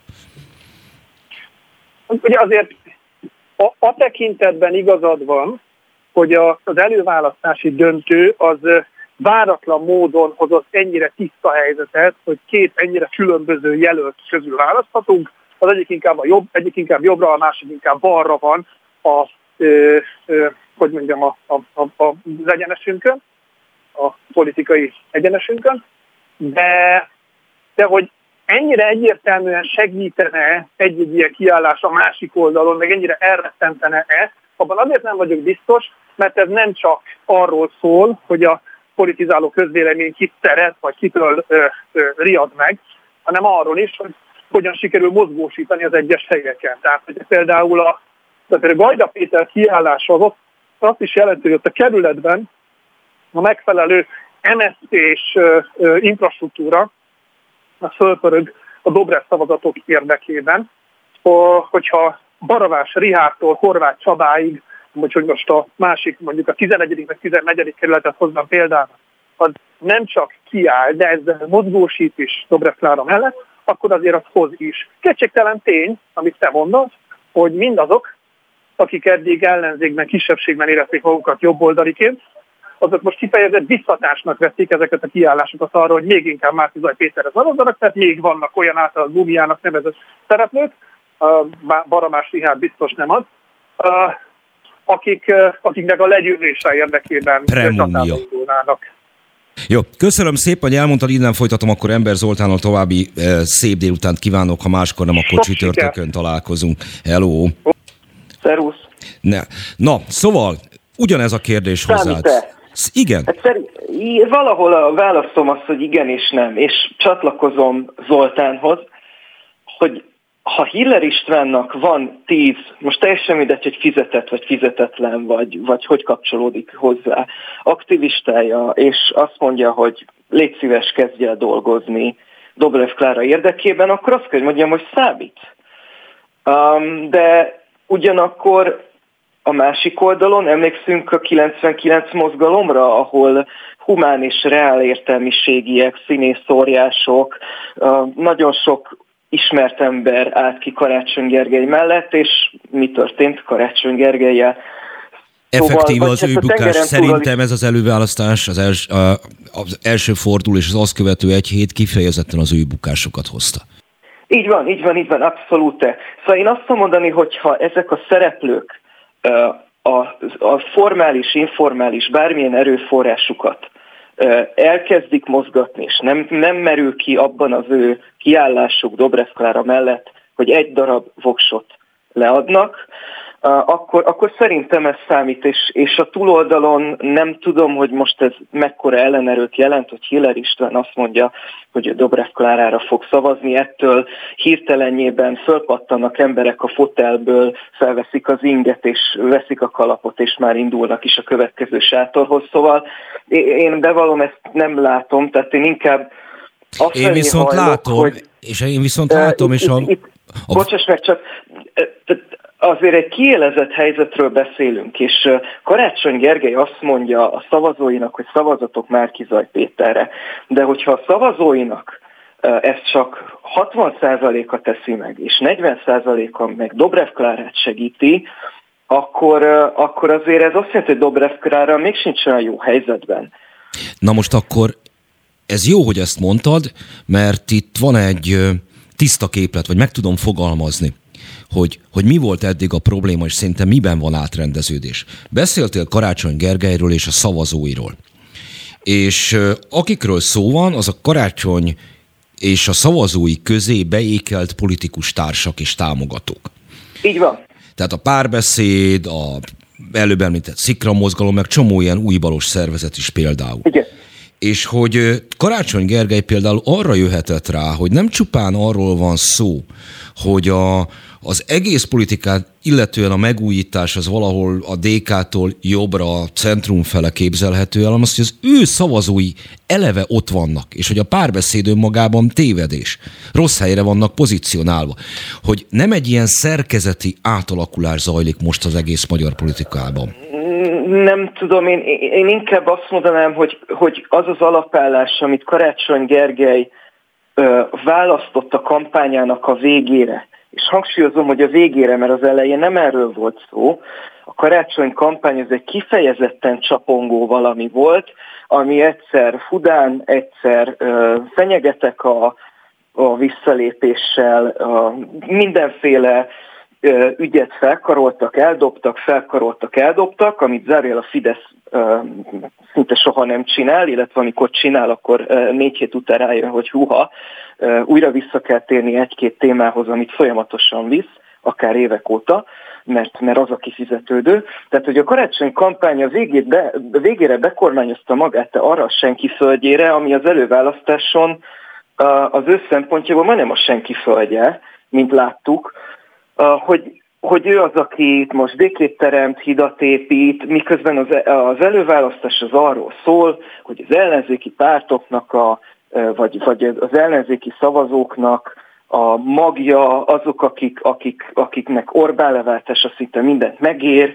Ugye azért a, a tekintetben igazad van, hogy a, az előválasztási döntő az váratlan módon hozott ennyire tiszta helyzetet, hogy két ennyire különböző jelölt közül választhatunk. Az egyik inkább a jobb, egyik inkább jobbra, a másik inkább balra van a ö, ö, hogy mondjam, a, a, a, az egyenesünkön, a politikai egyenesünkön, de, de hogy ennyire egyértelműen segítene egy-egy ilyen kiállás a másik oldalon, meg ennyire elrettentene-e, abban azért nem vagyok biztos, mert ez nem csak arról szól, hogy a politizáló közvélemény kit szeret, vagy kitől ö, ö, riad meg, hanem arról is, hogy hogyan sikerül mozgósítani az egyes helyeken. Tehát, hogy például a, tehát a Gajda Péter kiállása az ott azt is jelenti, hogy ott a kerületben a megfelelő em es zé és infrastruktúra az fölpörög a Dobrev szavazatok érdekében, hogyha Baravás Richárdtól Horváth Csabáig, vagy hogy most a másik, mondjuk a tizenegyedik meg tizennegyedik kerületet hozzam például, az nem csak kiáll, de ezzel mozgósít is Dobrev Klára mellett, akkor azért az hoz is. Kétségtelen tény, amit te mondasz, hogy mindazok, akik eddig ellenzékben, kisebbségben érezték magukat jobboldaliként, azok most kifejezett visszatásnak veszik ezeket a kiállásokat arra, hogy még inkább Márki-Zay Péterhez adozzanak, tehát még vannak olyan által múmiának nevezett szereplők, Baramás Richárd biztos nem az, akik, akiknek a legyőzése érdekében csatában indulnának. Jó, köszönöm szépen, hogy elmondtad, innen folytatom, akkor Ember Zoltánnal további eh, szép délutánt kívánok, ha máskor nem, akkor csütörtökön találkozunk. Hello! Szervusz! Ne. Na, szóval, ugyanez a kérdés hozzád. Igen. Hát szerint, valahol a válaszom az, hogy igen és nem, és csatlakozom Zoltánhoz, hogy ha Hiller Istvánnak van tíz, most teljesen mindegy, hogy fizetett vagy fizetetlen, vagy, vagy hogy kapcsolódik hozzá aktivistája, és azt mondja, hogy légy szíves, kezdj el dolgozni Dobrev Klára érdekében, akkor azt kell, hogy mondjam, hogy számít. Um, de ugyanakkor a másik oldalon emlékszünk a kilencvenkilenc mozgalomra, ahol humán és reál értelmiségiek, színészóriások, nagyon sok ismert ember állt ki Karácsony Gergely mellett, és mi történt Karácsony Gergellyel? Effektíve az ő bukás. Szerintem ez az előválasztás, az, els, az első fordul és az azt követő egy hét kifejezetten az ő bukásokat hozta. Így van, így van, így van, abszolút. Szóval én azt tudom mondani, hogyha ezek a szereplők a, a formális, informális, bármilyen erőforrásukat elkezdik mozgatni, és nem, nem merül ki abban az ő kiállásuk Dobrev Klára mellett, hogy egy darab voksot leadnak, akkor, akkor szerintem ez számít, és, és a túloldalon nem tudom, hogy most ez mekkora ellenerőt jelent, hogy Hiller István azt mondja, hogy Dobrev Klárára fog szavazni, ettől hirtelenjében fölpattanak emberek a fotelből, felveszik az inget, és veszik a kalapot, és már indulnak is a következő sátorhoz. Szóval én bevallom, ezt nem látom, tehát én inkább azt Én viszont hajlok, látom, hogy, és én viszont látom, itt, és a... Itt, a... Bocsáss meg, csak azért egy kiélezett helyzetről beszélünk, és Karácsony Gergely azt mondja a szavazóinak, hogy szavazatok Márki-Zay Péterre, de hogyha a szavazóinak ezt csak hatvan százaléka teszi meg, és negyven százaléka meg Dobrev Klárát segíti, akkor, akkor azért ez azt jelenti, hogy Dobrev Klára még sincs olyan jó helyzetben. Na most akkor ez jó, hogy ezt mondtad, mert itt van egy tiszta képlet, vagy meg tudom fogalmazni, hogy, hogy mi volt eddig a probléma, és szerintem miben van átrendeződés. Beszéltél Karácsony Gergelyről és a szavazóiról. És akikről szó van, az a Karácsony és a szavazói közé beékelt politikus társak és támogatók. Így van. Tehát a Párbeszéd, a előbb említett Szikra mozgalom, meg csomó ilyen újbalos szervezet is például. Igen. És hogy Karácsony Gergely például arra jöhetett rá, hogy nem csupán arról van szó, hogy a, az egész politikát, illetően a megújítás az valahol a dé ká-tól jobbra, a centrum fele képzelhető el, hanem az, hogy az ő szavazói eleve ott vannak, és hogy a Párbeszéd önmagában tévedés. Rossz helyre vannak pozícionálva. Hogy nem egy ilyen szerkezeti átalakulás zajlik most az egész magyar politikában. Nem tudom, én, én inkább azt mondanám, hogy, hogy az az alapállás, amit Karácsony Gergely ö, választott a kampányának a végére, és hangsúlyozom, hogy a végére, mert az elején nem erről volt szó, a Karácsony kampány az egy kifejezetten csapongó valami volt, ami egyszer fudán, egyszer ö, fenyegetek a, a visszalépéssel, a mindenféle ügyet felkaroltak, eldobtak, felkaroltak, eldobtak, amit zárójel a Fidesz uh, szinte soha nem csinál, illetve amikor csinál, akkor uh, négy hét után rájön, hogy húha, uh, újra vissza kell térni egy-két témához, amit folyamatosan visz, akár évek óta, mert, mert az a kifizetődő. Tehát, hogy a Karácsony kampánya végét be, végére bekormányozta magát arra a senki földjére, ami az előválasztáson uh, az ő szempontjából majdnem a senki földje, mint láttuk, Hogy, hogy ő az, aki most békét teremt, hidat épít, miközben az, az előválasztás az arról szól, hogy az ellenzéki pártoknak, a, vagy, vagy az ellenzéki szavazóknak a magja, azok, akik, akik, akiknek Orbán leváltása szinte mindent megér,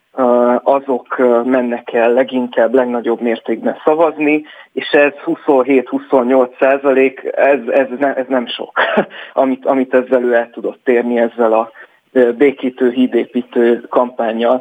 azok mennek el leginkább, legnagyobb mértékben szavazni, és ez huszonhét-huszonnyolc százalék, ez, ez, ne, ez nem sok, amit, amit ezzel ő el tudott érni ezzel a békítő, hídépítő kampánnyal.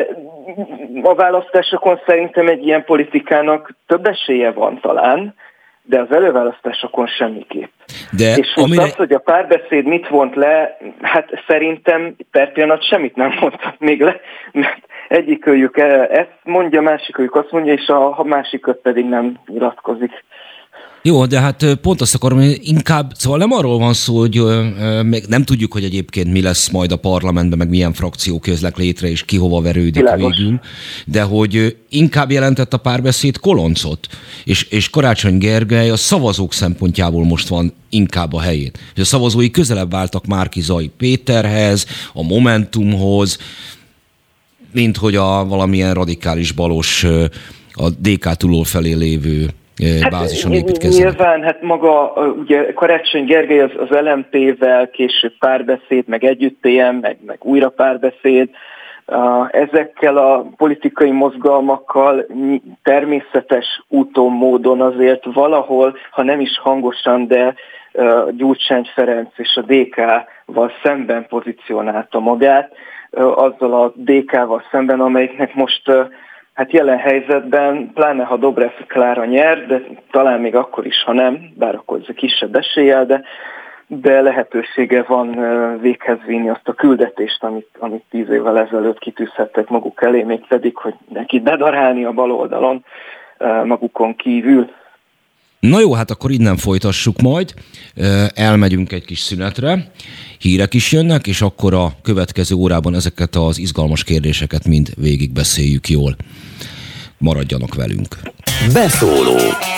A választásokon szerintem egy ilyen politikának több esélye van talán, de az előválasztásokon semmiképp. De és most amire... az, hogy a Párbeszéd mit vont le, hát szerintem per pillanat semmit nem mondtak még le, mert egyikőjük ezt mondja, másikőjük azt mondja, és a, a másiköt pedig nem nyilatkozik. Jó, de hát pont azt akarom, hogy inkább, szóval nem arról van szó, hogy még nem tudjuk, hogy egyébként mi lesz majd a parlamentben, meg milyen frakciók közlek létre, és ki hova verődik Világos. Végül, de hogy inkább jelentett a párbeszéd koloncot, és, és Karácsony Gergely a szavazók szempontjából most van inkább a helyén. A szavazói közelebb váltak Márki-Zay Péterhez, a Momentumhoz, mint hogy a valamilyen radikális balos, a dé ká túlól felé lévő bázison építkeznek. Nyilván, hát maga ugye Karácsony Gergely az, az el em pé-vel, később párbeszéd, meg együtt té em, meg, meg újra párbeszéd. Ezekkel a politikai mozgalmakkal természetes úton, módon azért valahol, ha nem is hangosan, de Gyurcsány Ferenc és a dé ká-val szemben pozícionálta magát, azzal a dé ká-val szemben, amelyiknek most hát jelen helyzetben, pláne ha Dobrev Klára nyer, de talán még akkor is, ha nem, bár akkor ez a kisebb eséllyel, de, de lehetősége van véghez vinni azt a küldetést, amit, amit tíz évvel ezelőtt kitűzhettek maguk elé, még pedig, hogy neki bedarálni a bal oldalon magukon kívül. Na jó, hát akkor innen folytassuk majd, elmegyünk egy kis szünetre, hírek is jönnek, és akkor a következő órában ezeket az izgalmas kérdéseket mind végigbeszéljük jól. Maradjanak velünk. Beszóló.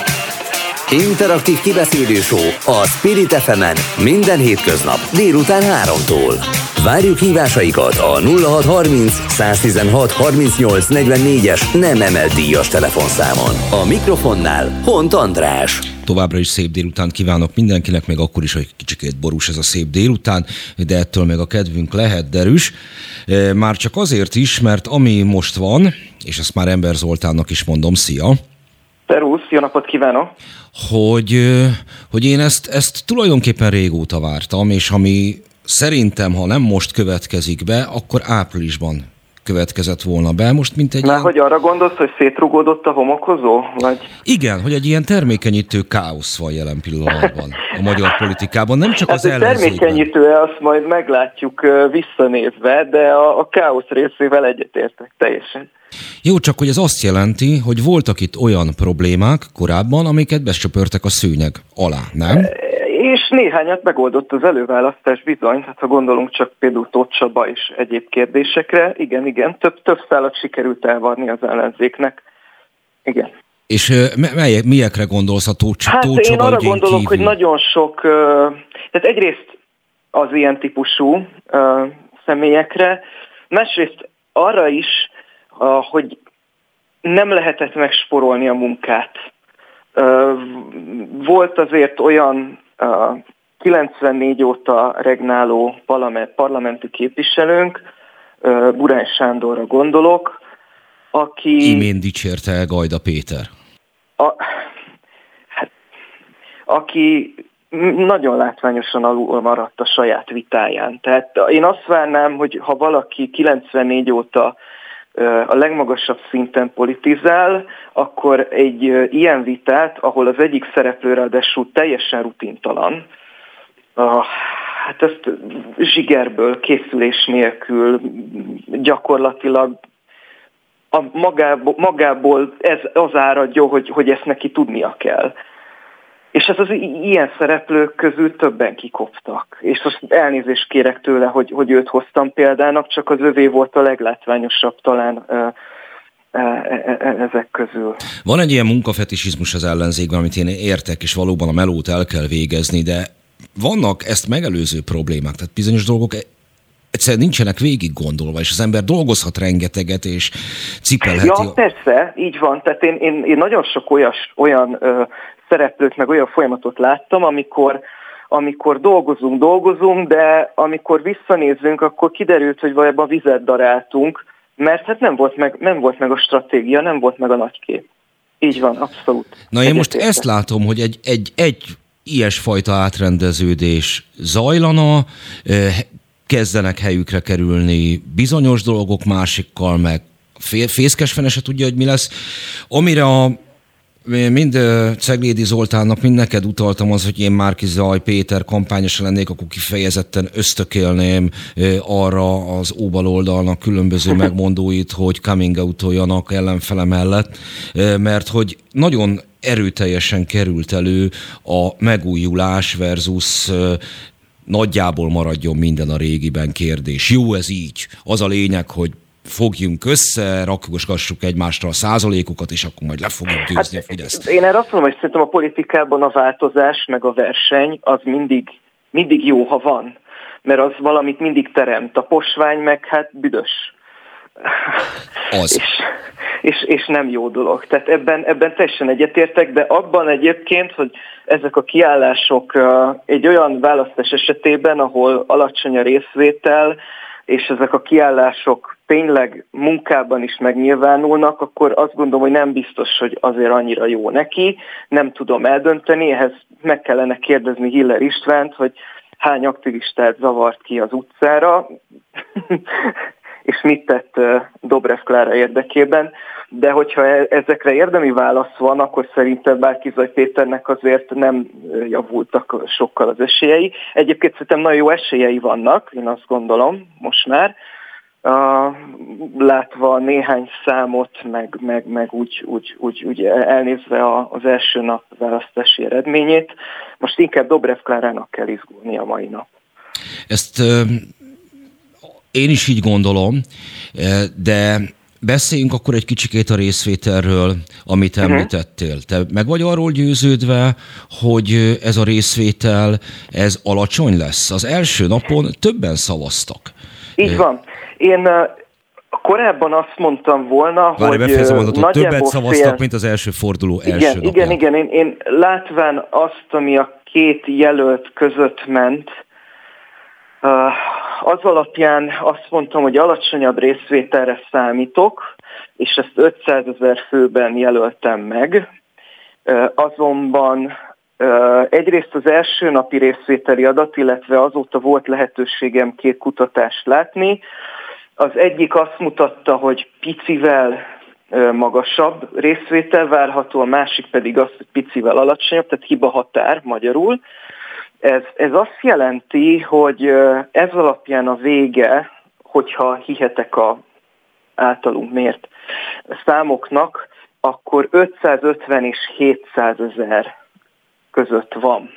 Interaktív kibeszélő show a Spirit ef emen minden hétköznap délután háromtól. Várjuk hívásaikat a nulla hat harminc száztizenhat harmincnyolc negyvennégyes nem emelt díjas telefonszámon. A mikrofonnál Hont András. Továbbra is szép délutánt kívánok mindenkinek, még akkor is, hogy kicsikét borús ez a szép délután, de ettől még a kedvünk lehet derűs. Már csak azért is, mert ami most van, és ezt már Ember Zoltánnak is mondom, szia! Szervusz, jó napot kívánok! Hogy, hogy én ezt, ezt tulajdonképpen régóta vártam, és ami szerintem, ha nem most következik be, akkor áprilisban következett volna be. Most mint egy Már ilyen... hogy arra gondolsz, hogy szétrugódott a homokozó? Vagy... Igen, hogy egy ilyen termékenyítő káosz van jelen pillanatban a magyar politikában, nem csak hát az ellenzékben. Termékenyítő-e, azt majd meglátjuk visszanézve, de a, a káosz részével egyetértek teljesen. Jó, csak hogy ez azt jelenti, hogy voltak itt olyan problémák korábban, amiket besöpörtek a szőnyeg alá, nem? És néhányat megoldott az előválasztás bizony, hát ha gondolunk csak például Tóth Csaba és egyéb kérdésekre, igen, igen, több, több szálat sikerült elvarni az ellenzéknek. Igen. És mely, milyekre gondolsz a Tóth Csaba? Hát Tóth Csaba én arra gondolok, kívül? hogy nagyon sok, tehát egyrészt az ilyen típusú személyekre, másrészt arra is, hogy nem lehetett megsporolni a munkát. Volt azért olyan kilencvennégy óta regnáló parlamenti képviselőnk, Burány Sándorra gondolok, aki... Imént dicsérte el Gajda Péter. A, hát, aki nagyon látványosan alul maradt a saját vitáján. Tehát én azt várnám, hogy ha valaki kilencvennégy óta a legmagasabb szinten politizál, akkor egy ilyen vitát, ahol az egyik szereplő ráadásul teljesen rutintalan, hát ezt zsigerből, készülés nélkül gyakorlatilag a magából, magából ez az áradja, hogy, hogy ezt neki tudnia kell. És hát az ilyen szereplők közül többen kikoptak. És most elnézést kérek tőle, hogy, hogy őt hoztam példának, csak az övé volt a leglátványosabb talán e, e, e, ezek közül. Van egy ilyen munkafetisizmus az ellenzékben, amit én értek, és valóban a melót el kell végezni, de vannak ezt megelőző problémák, tehát bizonyos dolgok egyszerűen nincsenek végig gondolva, és az ember dolgozhat rengeteget, és cipelheti. Ja, persze, így van. Tehát én, én, én nagyon sok olyas, olyan ö, szereplőt, meg olyan folyamatot láttam, amikor, amikor dolgozunk, dolgozunk, de amikor visszanézzünk, akkor kiderült, hogy valójában vizet daráltunk, mert hát nem volt meg, nem volt meg a stratégia, nem volt meg a nagykép. Így van, abszolút. Na én most ezt látom, hogy egy, egy, egy ilyesfajta átrendeződés zajlana, kezdenek helyükre kerülni bizonyos dolgok, másikkal meg fészkesfene se tudja, hogy mi lesz. Amire a Mind Ceglédi Zoltánnak, mind neked utaltam az, hogy én Márki-Zay Péter kampányosa lennék, akkor kifejezetten ösztökélném arra az óbaloldalnak különböző megmondóit, hogy coming out-oljanak ellenfele mellett, mert hogy nagyon erőteljesen került elő a megújulás versus nagyjából maradjon minden a régiben kérdés. Jó, ez így. Az a lényeg, hogy fogjunk össze, rakosgassuk egymásra a százalékokat, és akkor majd le fogjuk győzni hát, a Fideszt. Én erre azt mondom, hogy szerintem a politikában a változás, meg a verseny, az mindig, mindig jó, ha van. Mert az valamit mindig teremt. A posvány meg hát büdös. Az. és, és, és nem jó dolog. Tehát ebben, ebben teljesen egyetértek, de abban egyébként, hogy ezek a kiállások egy olyan választás esetében, ahol alacsony a részvétel, és ezek a kiállások tényleg munkában is megnyilvánulnak, akkor azt gondolom, hogy nem biztos, hogy azért annyira jó neki. Nem tudom eldönteni, ehhez meg kellene kérdezni Hiller Istvánt, hogy hány aktivistát zavart ki az utcára, és mit tett Dobrev Klára érdekében. De hogyha ezekre érdemi válasz van, akkor szerintem Márki-Zay Péternek azért nem javultak sokkal az esélyei. Egyébként szerintem nagyon jó esélyei vannak, én azt gondolom most már. Uh, látva néhány számot, meg, meg, meg úgy, úgy, úgy, úgy elnézve a, az első nap választási eredményét, most inkább Dobrev Klárának kell izgulni a mai nap. Ezt uh, én is így gondolom, de beszéljünk akkor egy kicsikét a részvételről, amit említettél. Te meg vagy arról győződve, hogy ez a részvétel, ez alacsony lesz? Az első napon többen szavaztak. Így van. Én korábban azt mondtam volna, Várj, hogy nagyjából többet szavaztak, fél... mint az első forduló igen, első napján. Igen, igen. Én, én látván azt, ami a két jelölt között ment, az alapján azt mondtam, hogy alacsonyabb részvételre számítok, és ezt ötszázezer főben jelöltem meg. Azonban egyrészt az első napi részvételi adat, illetve azóta volt lehetőségem két kutatást látni. Az egyik azt mutatta, hogy picivel magasabb részvétel várható, a másik pedig az, hogy picivel alacsonyabb, tehát hiba határ magyarul. Ez, ez azt jelenti, hogy ez alapján a vége, hogyha hihetek a általunk mért számoknak, akkor ötszázötven és hétszázezer között van.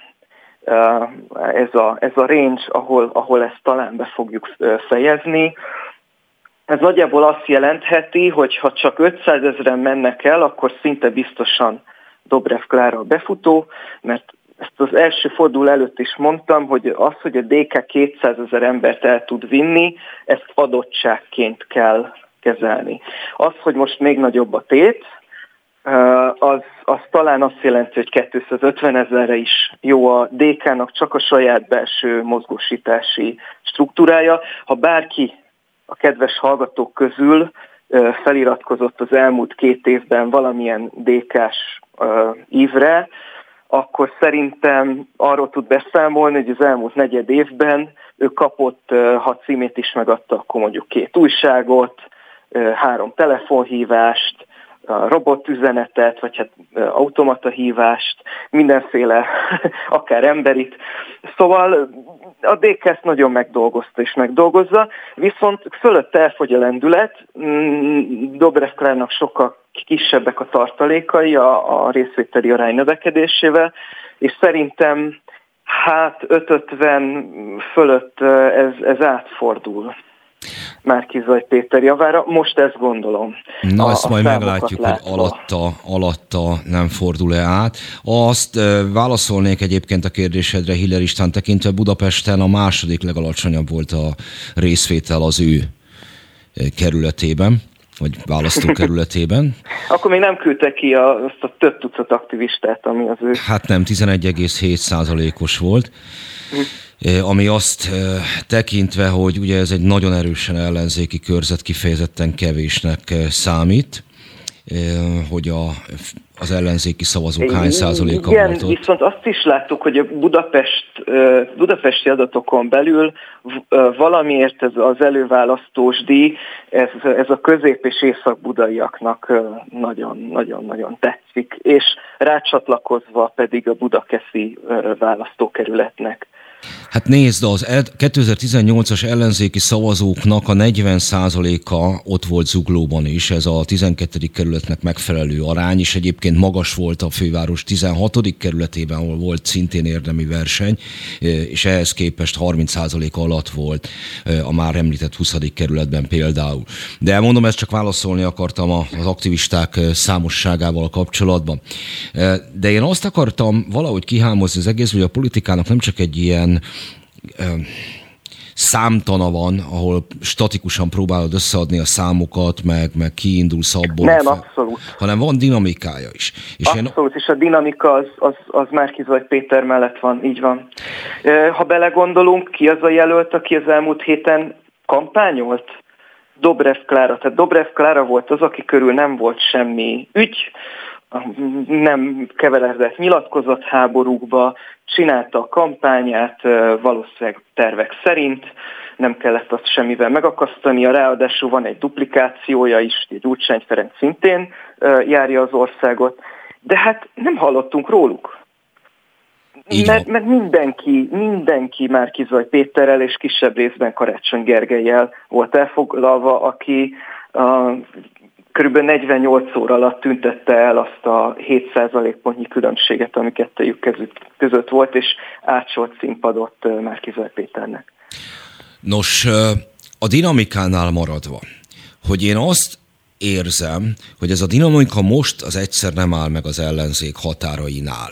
Ez a, ez a range, ahol, ahol ezt talán be fogjuk fejezni. Ez nagyjából azt jelentheti, hogy ha csak ötszázezren mennek el, akkor szinte biztosan Dobrev Klára a befutó, mert ezt az első forduló előtt is mondtam, hogy az, hogy a dé ká kétszázezer embert el tud vinni, ezt adottságként kell kezelni. Az, hogy most még nagyobb a tét, az, az talán azt jelenti, hogy kétszázötven ezerre is jó a dé ká-nak csak a saját belső mozgósítási struktúrája. Ha bárki a kedves hallgatók közül feliratkozott az elmúlt két évben valamilyen dé ká-s ívre, akkor szerintem arról tud beszámolni, hogy az elmúlt negyed évben ő kapott, ha címét is megadta, akkor mondjuk két újságot, három telefonhívást, robotüzenetet, vagy hát automata hívást, mindenféle, akár emberit. Szóval a dé ká ezt nagyon megdolgozta és megdolgozza, viszont fölött elfogy a lendület, Dobrev Klárának sokkal kisebbek a tartalékai a, a részvételi arány növekedésével, és szerintem hát ötszázötven fölött ez, ez átfordul Márki-Zay Péter javára. Most ezt gondolom. Na, a, ezt a majd meglátjuk, látva. hogy alatta, alatta nem fordul-e át. Azt e, válaszolnék egyébként a kérdésedre, Hiller István tekintve, Budapesten a második legalacsonyabb volt a részvétel az ő kerületében, vagy választókerületében. Akkor még nem küldte ki a, azt a több tucat aktivistát, ami az ő... Hát nem, tizenegy egész hét százalékos volt. Hm. Ami azt tekintve, hogy ugye ez egy nagyon erősen ellenzéki körzet, kifejezetten kevésnek számít. hogy a, az ellenzéki szavazók hány százaléka Igen, volt ott. Viszont azt is láttuk, hogy a Budapest, budapesti adatokon belül valamiért ez az előválasztós díj, ez, ez a közép- és észak-budaiaknak nagyon-nagyon-nagyon tetszik, és rácsatlakozva pedig a budakeszi választókerületnek. Hát nézd, az kétezer-tizennyolcas ellenzéki szavazóknak a negyven százaléka ott volt Zuglóban is, ez a tizenkettedik kerületnek megfelelő arány, és egyébként magas volt a főváros tizenhatodik kerületében, ahol volt szintén érdemi verseny, és ehhez képest harminc százalék alatt volt a már említett huszadik kerületben például. De elmondom, ezt csak válaszolni akartam az aktivisták számosságával kapcsolatban. De én azt akartam valahogy kihámozni az egész, hogy a politikának nem csak egy ilyen számtana van, ahol statikusan próbálod összeadni a számokat, meg, meg kiindulsz abból. Nem, fel, abszolút. Hanem van dinamikája is. És abszolút, én... és a dinamika az, az, az Márki-Zay Péter mellett van, így van. Ha belegondolunk, ki az a jelölt, aki az elmúlt héten kampányolt? Dobrev Klára. Tehát Dobrev Klára volt az, aki körül nem volt semmi ügy, nem keveredett nyilatkozatháborúkba, csinálta a kampányát valószínűleg tervek szerint, nem kellett azt semmivel megakasztania, ráadásul van egy duplikációja is, egy Gyurcsány Ferenc szintén járja az országot, de hát nem hallottunk róluk. Mert, mert mindenki, mindenki Márki-Zay Péterrel és kisebb részben Karácsony Gergellyel volt elfoglalva, aki a körülbelül negyvennyolc óra alatt tüntette el azt a hét százalékpontnyi különbséget, ami kettejük között volt, és átsolt színpadot Márki-Zay Péternek. Nos, a dinamikánál maradva, hogy én azt érzem, hogy ez a dinamika most az egyszer nem áll meg az ellenzék határainál.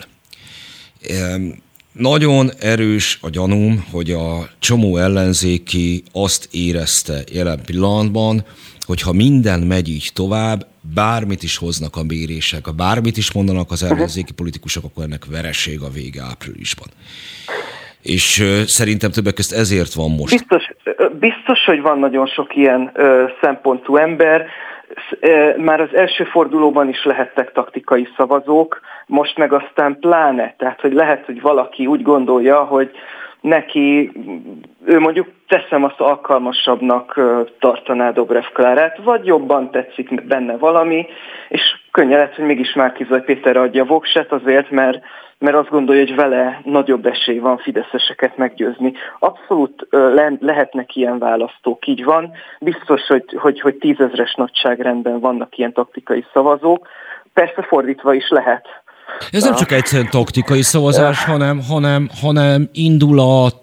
Nagyon erős a gyanúm, hogy a csomó ellenzéki azt érezte jelen pillanatban, hogyha minden megy így tovább, bármit is hoznak a mérések, bármit is mondanak az ellenzéki politikusok, akkor ennek vereség a vége áprilisban. És uh, szerintem többek között ezért van most. Biztos, biztos, hogy van nagyon sok ilyen ö, szempontú ember. Már az első fordulóban is lehettek taktikai szavazók, most meg aztán pláne. Tehát, hogy lehet, hogy valaki úgy gondolja, hogy neki, ő mondjuk teszem azt alkalmasabbnak tartaná Dobrev Klárát, vagy jobban tetszik benne valami, és könnyen lehet, hogy mégis Márki-Zay Péterre adja a voksát azért, mert, mert azt gondolja, hogy vele nagyobb esély van fideszeseket meggyőzni. Abszolút le, lehetnek ilyen választók, így van. Biztos, hogy, hogy, hogy tízezres nagyságrendben vannak ilyen taktikai szavazók. Persze fordítva is lehet. Ez nem csak egyszerűen taktikai szavazás, hanem, hanem, hanem indulat,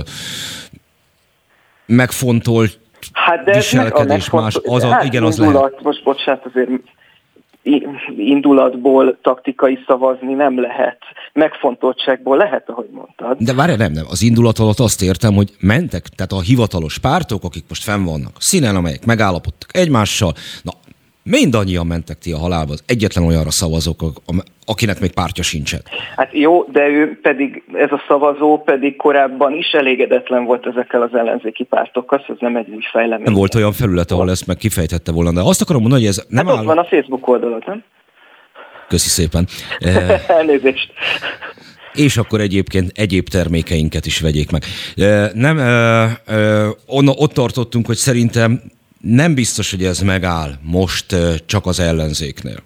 megfontolt hát de viselkedés, meg más. Az a, hát igen, az indulat, lehet. Most bocsánat, azért indulatból taktikai szavazni nem lehet. Megfontoltságból lehet, ahogy mondtad. De várj, nem, nem. Az indulat alatt azt értem, hogy mentek, tehát a hivatalos pártok, akik most fenn vannak a színen, amelyek megállapodtak egymással, na, mindannyian mentek ti a halálba, az egyetlen olyanra szavazók, akinek még pártja sincsen. Hát jó, de ő pedig, ez a szavazó pedig korábban is elégedetlen volt ezekkel az ellenzéki pártokkal, ez nem egy új fejlemény. Nem volt olyan felület, ahol ezt meg kifejtette volna, de azt akarom mondani, hogy ez nem hát áll... ott van a Facebook oldalad, nem? Köszi szépen. Elnézést. És akkor egyébként egyéb termékeinket is vegyék meg. Nem, ott tartottunk, hogy szerintem nem biztos, hogy ez megáll most csak az ellenzéknél.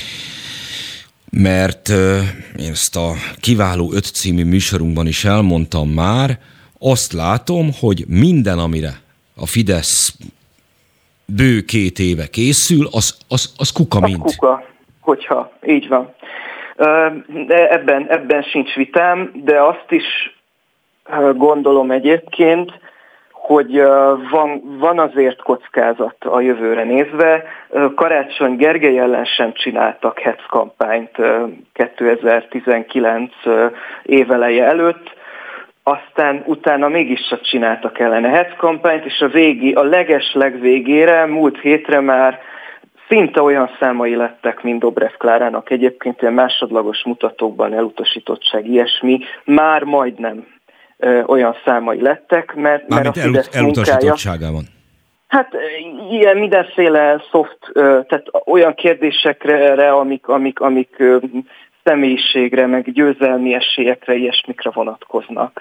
Mert én ezt a Kiváló öt című műsorunkban is elmondtam már, azt látom, hogy minden, amire a Fidesz bő két éve készül, az, az, az kuka mint. Az kuka, hogyha így van. De ebben, ebben sincs vitám, de azt is gondolom egyébként, hogy van, van azért kockázat a jövőre nézve. Karácsony Gergely ellen sem csináltak hetz kampányt kétezer-tizenkilenc éveleje előtt, aztán utána mégiscsak csináltak ellene hetz kampányt, és a, végi, a leges-leg végére, múlt hétre már szinte olyan számai lettek, mint Dobrev Klárának. Egyébként ilyen másodlagos mutatókban elutasítottság, ilyesmi, már majdnem olyan számai lettek, mert, mert a Fidesz elutasítottságában. Hát ilyen mindenféle soft, tehát olyan kérdésekre, amik, amik, amik személyiségre, meg győzelmi esélyekre, ilyesmikre vonatkoznak.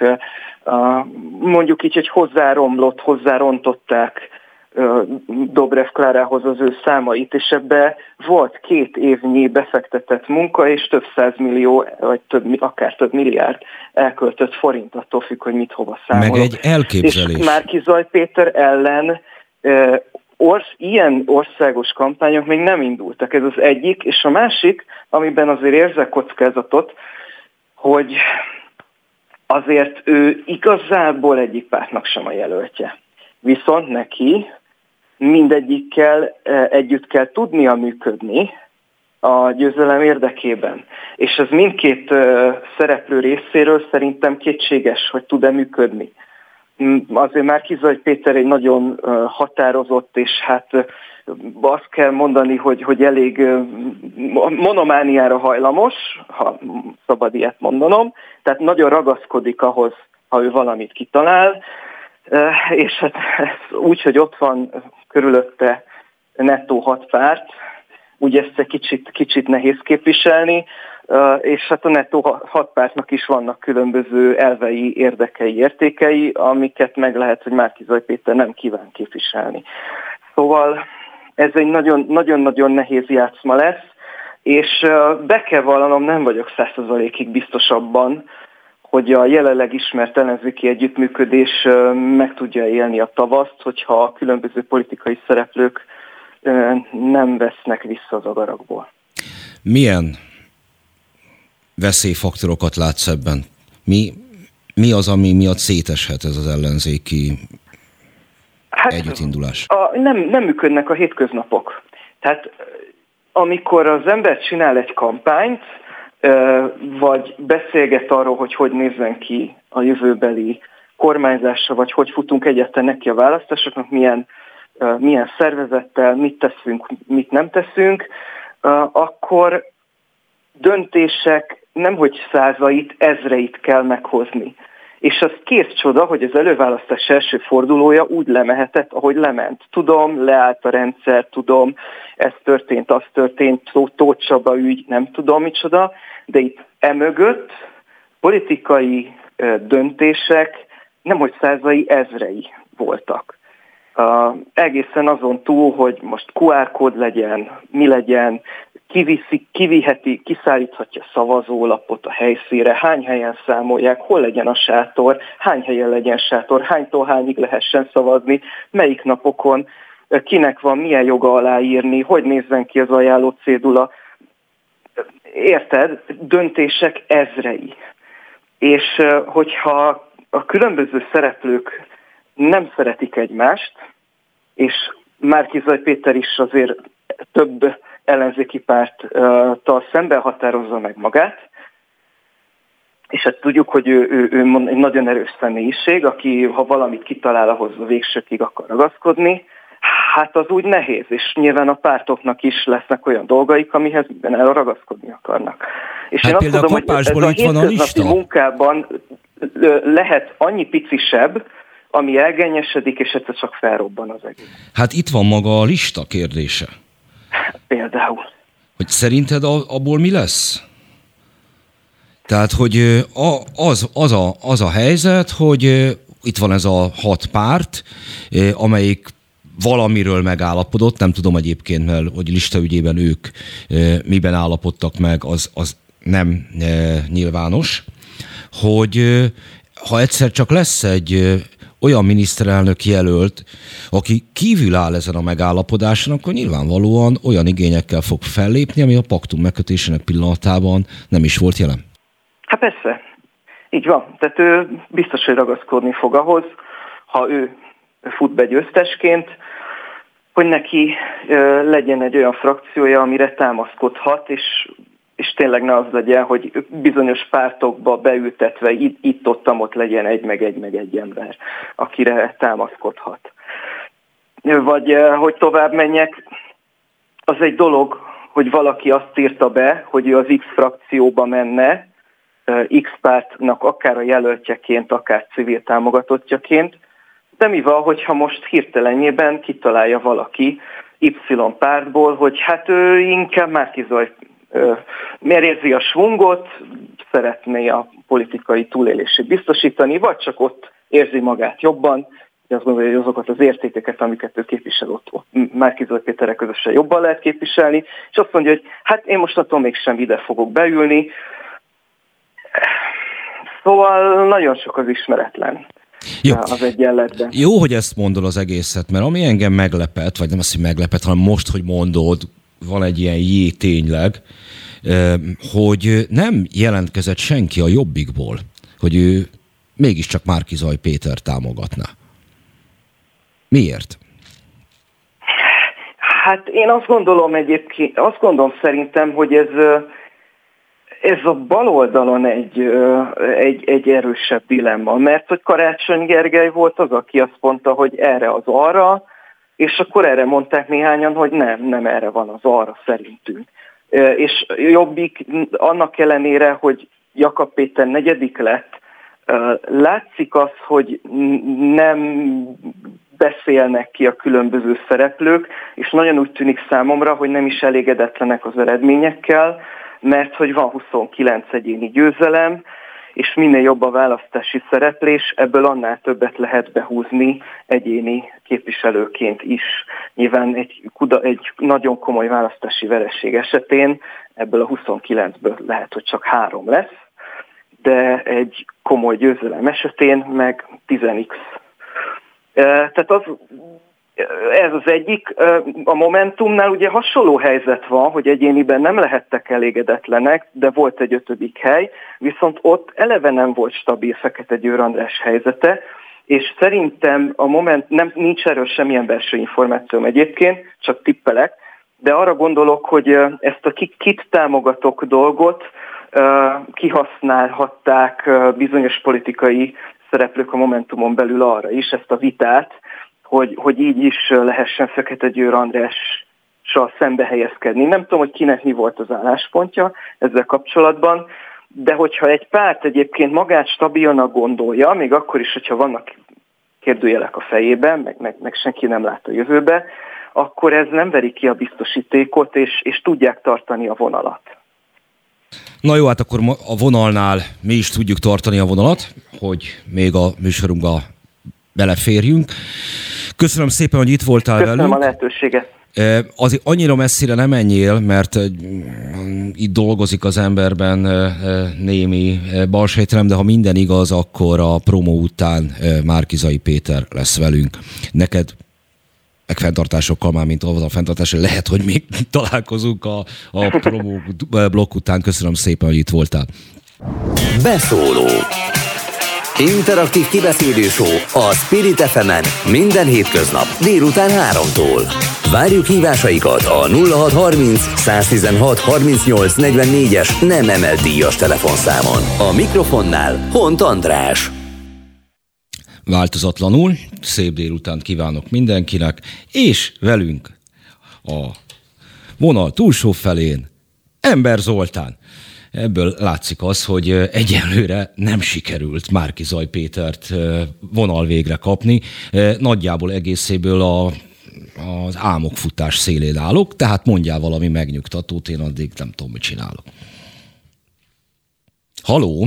Mondjuk így, hogy hozzáromlott, hozzárontották Dobrev Klárához az ő számait, és ebbe volt két évnyi befektetett munka, és több százmillió, vagy több, akár több milliárd elköltött forint, attól függ, hogy mit hova számolok. Meg egy elképzelés. És Márki-Zay Péter ellen Orsz, ilyen országos kampányok még nem indultak, ez az egyik, és a másik, amiben azért érzek kockázatot, hogy azért ő igazából egyik pártnak sem a jelöltje. Viszont neki mindegyikkel együtt kell tudnia működni a győzelem érdekében. És ez mindkét szereplő részéről szerintem kétséges, hogy tud-e működni. Azért Márki-Zay Péter egy nagyon határozott, és hát azt kell mondani, hogy, hogy elég monomániára hajlamos, ha szabad ilyet mondanom, tehát nagyon ragaszkodik ahhoz, ha ő valamit kitalál, és hát úgy, hogy ott van körülötte nettó hat párt, úgy ezt egy kicsit, kicsit nehéz képviselni, és hát a nettó hat pártnak is vannak különböző elvei, érdekei, értékei, amiket meg lehet, hogy Márki-Zay Péter nem kíván képviselni. Szóval ez egy nagyon, nagyon-nagyon nehéz játszma lesz, és be kell vallanom, nem vagyok száz százalékig biztos abban, hogy a jelenleg ismert ellenzéki együttműködés meg tudja élni a tavaszt, hogyha a különböző politikai szereplők nem vesznek vissza az agarakból. Milyen veszélyfaktorokat látsz ebben? Mi, mi az, ami miatt széteshet ez az ellenzéki hát, együttindulás? A, nem, nem működnek a hétköznapok. Tehát amikor az ember csinál egy kampányt, vagy beszélget arról, hogy hogy nézzen ki a jövőbeli kormányzásra, vagy hogy futunk egyáltalán neki a választásoknak, milyen, milyen szervezettel, mit teszünk, mit nem teszünk, akkor döntések nemhogy százait, ezreit kell meghozni. És az kész csoda, hogy az előválasztás első fordulója úgy lemehetett, ahogy lement. Tudom, leállt a rendszer, tudom, ez történt, az történt, Tóth Csaba ügy, nem tudom micsoda, de itt emögött politikai döntések nemhogy százai, ezrei voltak. Uh, egészen azon túl, hogy most kú ár kód legyen, mi legyen, kiviszi, kiviheti, kiszállíthatja szavazólapot a helyszínre, hány helyen számolják, hol legyen a sátor, hány helyen legyen sátor, hánytól hányig lehessen szavazni, melyik napokon, kinek van, milyen joga aláírni, hogy nézzen ki az ajánló cédula. Érted? Döntések ezrei. És hogyha a különböző szereplők nem szeretik egymást, és Márki-Zay Péter is azért több ellenzéki párttal szemben határozza meg magát, és hát tudjuk, hogy ő, ő, ő egy nagyon erős személyiség, aki ha valamit kitalál, ahhoz a végsőkig akar ragaszkodni, hát az úgy nehéz, és nyilván a pártoknak is lesznek olyan dolgaik, amihez minden el ragaszkodni akarnak. És hát én azt tudom, hogy ez a hétköznapi munkában lehet annyi picisebb, ami elgennyesedik, és egyszer csak felrobban az egész. Hát itt van maga a lista kérdése. Például. Hogy szerinted abból mi lesz? Tehát, hogy az, az, a, az a helyzet, hogy itt van ez a hat párt, amelyik valamiről megállapodott, nem tudom egyébként, mert hogy listaügyében ők miben állapodtak meg, az, az nem nyilvános, hogy ha egyszer csak lesz egy olyan miniszterelnök jelölt, aki kívül áll ezen a megállapodáson, akkor nyilvánvalóan olyan igényekkel fog fellépni, ami a paktum megkötésének pillanatában nem is volt jelen. Hát persze, így van. Tehát ő biztos, hogy ragaszkodni fog ahhoz, ha ő fut be győztesként, hogy neki legyen egy olyan frakciója, amire támaszkodhat, és és tényleg ne az legyen, hogy bizonyos pártokba beültetve itt-ott-ott legyen egy meg egy meg egy ember, akire támaszkodhat. Vagy hogy tovább menjek, az egy dolog, hogy valaki azt írta be, hogy ő az X frakcióba menne, X pártnak akár a jelöltjeként, akár civil támogatottjaként, De mi van, hogyha most hirtelenjében kitalálja valaki Y pártból, hogy hát ő inkább Márki-Zay érzi a svungot, szeretné a politikai túlélését biztosítani, vagy csak ott érzi magát jobban, azt gondolja, hogy azokat az értékeket, amiket ő képvisel ott, ott Márki-Zay Péterrel közösen jobban lehet képviselni, és azt mondja, hogy hát én most attól mégsem ide fogok beülni. Szóval nagyon sok az ismeretlen. Jó. Az egyenletben. Jó, hogy ezt mondod az egészet, mert ami engem meglepett, vagy nem azt, hogy meglepett, hanem most, hogy mondod, van egy ilyen jé tényleg, hogy nem jelentkezett senki a Jobbikból, hogy ő mégiscsak Márki-Zay Péter támogatná. Miért? Hát én azt gondolom egyébként, azt gondolom szerintem, hogy ez, ez a baloldalon egy, egy, egy erősebb dilemma, mert hogy Karácsony Gergely volt az, aki azt mondta, hogy erre az arra, és akkor erre mondták néhányan, hogy nem, nem erre van az arra szerintünk. És Jobbik annak ellenére, hogy Jakab Péter negyedik lett, látszik az, hogy nem beszélnek ki a különböző szereplők, és nagyon úgy tűnik számomra, hogy nem is elégedetlenek az eredményekkel, mert hogy van huszonkilenc egyéni győzelem, és minél jobb a választási szereplés, ebből annál többet lehet behúzni egyéni képviselőként is. Nyilván egy, egy nagyon komoly választási vereség esetén ebből a huszonkilencből lehet, hogy csak három lesz, de egy komoly győzelem esetén meg tíz x. Tehát az, ez az egyik. A Momentumnál ugye hasonló helyzet van, hogy egyéniben nem lehettek elégedetlenek, de volt egy ötödik hely, viszont ott eleve nem volt stabil Fekete Győr András helyzete, és szerintem a moment, nem, nincs erről semmilyen belső információm egyébként, csak tippelek, de arra gondolok, hogy ezt a kit támogatok dolgot kihasználhatták bizonyos politikai szereplők a Momentumon belül arra is, ezt a vitát, hogy, hogy így is lehessen Fekete Győr Andrással szembe helyezkedni. Nem tudom, hogy kinek mi volt az álláspontja ezzel kapcsolatban, de hogyha egy párt egyébként magát stabilnak gondolja, még akkor is, hogyha vannak kérdőjelek a fejében, meg, meg, meg senki nem lát a jövőbe, akkor ez nem veri ki a biztosítékot, és, és tudják tartani a vonalat. Na jó, hát akkor a vonalnál mi is tudjuk tartani a vonalat, hogy még a műsorunkba beleférjünk. Köszönöm szépen, hogy itt voltál Köszönöm velünk. Köszönöm a lehetőséget. Azért annyira messzire nem menjél, mert itt dolgozik az emberben némi balsejtelem, de ha minden igaz, akkor a promó után Márki-Zay Péter lesz velünk. Neked meg fenntartásokkal már, mint a fenntartás, lehet, hogy még találkozunk a, a promó blokk után. Köszönöm szépen, hogy itt voltál. Beszóló. Interaktív kibeszélő show a Spirit ef emen minden hétköznap délután háromtól. Várjuk hívásaikat a nulla hat harminc száztizenhat harmincnyolc negyvennégyes nem emelt díjas telefonszámon. A mikrofonnál Hont András. Változatlanul szép délutánt kívánok mindenkinek, és velünk a vonal túlsó felén Ember Zoltán. Ebből látszik az, hogy egyelőre nem sikerült Márki-Zay Pétert vonal végre kapni. Nagyjából egészéből a, az álmokfutás szélén állok, tehát mondjál valami megnyugtatót, én addig nem tudom, mit csinálok. Haló?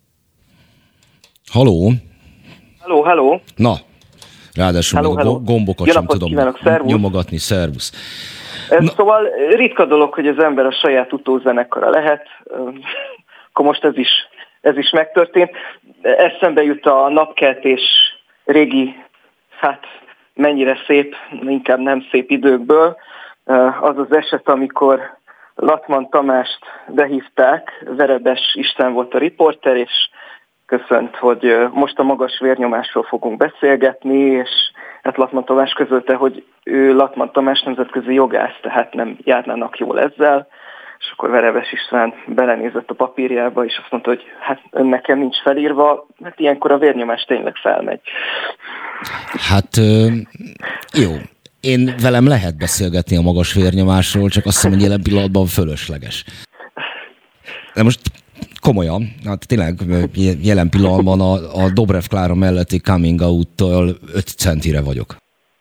Haló? Halló, halló. Na, ráadásul hello, még a hello. Gombokat Jó sem napot tudom kívánok, szervusz. nyomogatni. Szervusz. Ez szóval ritka dolog, hogy az ember a saját utózenekara lehet. Akkor most ez is, ez is megtörtént. Eszembe jut a napkeltés régi, hát mennyire szép, inkább nem szép időkből. Az az eset, amikor Latman Tamást behívták, Verebes István volt a riporter, és köszönt, hogy most a magas vérnyomásról fogunk beszélgetni, és hát Latman Tamás közölte, hogy ő Latman Tamás nemzetközi jogász, tehát nem járnának jól ezzel, és akkor Verebes István belenézett a papírjába, és azt mondta, hogy hát ön nekem nincs felírva, hát ilyenkor a vérnyomás tényleg felmegy. Hát jó, én velem lehet beszélgetni a magas vérnyomásról, csak azt hiszem, hogy jelen pillanatban fölösleges. De most Komolyan, hát tényleg jelen pillanatban a, a Dobrev Klára melletti coming out-tól öt centire vagyok.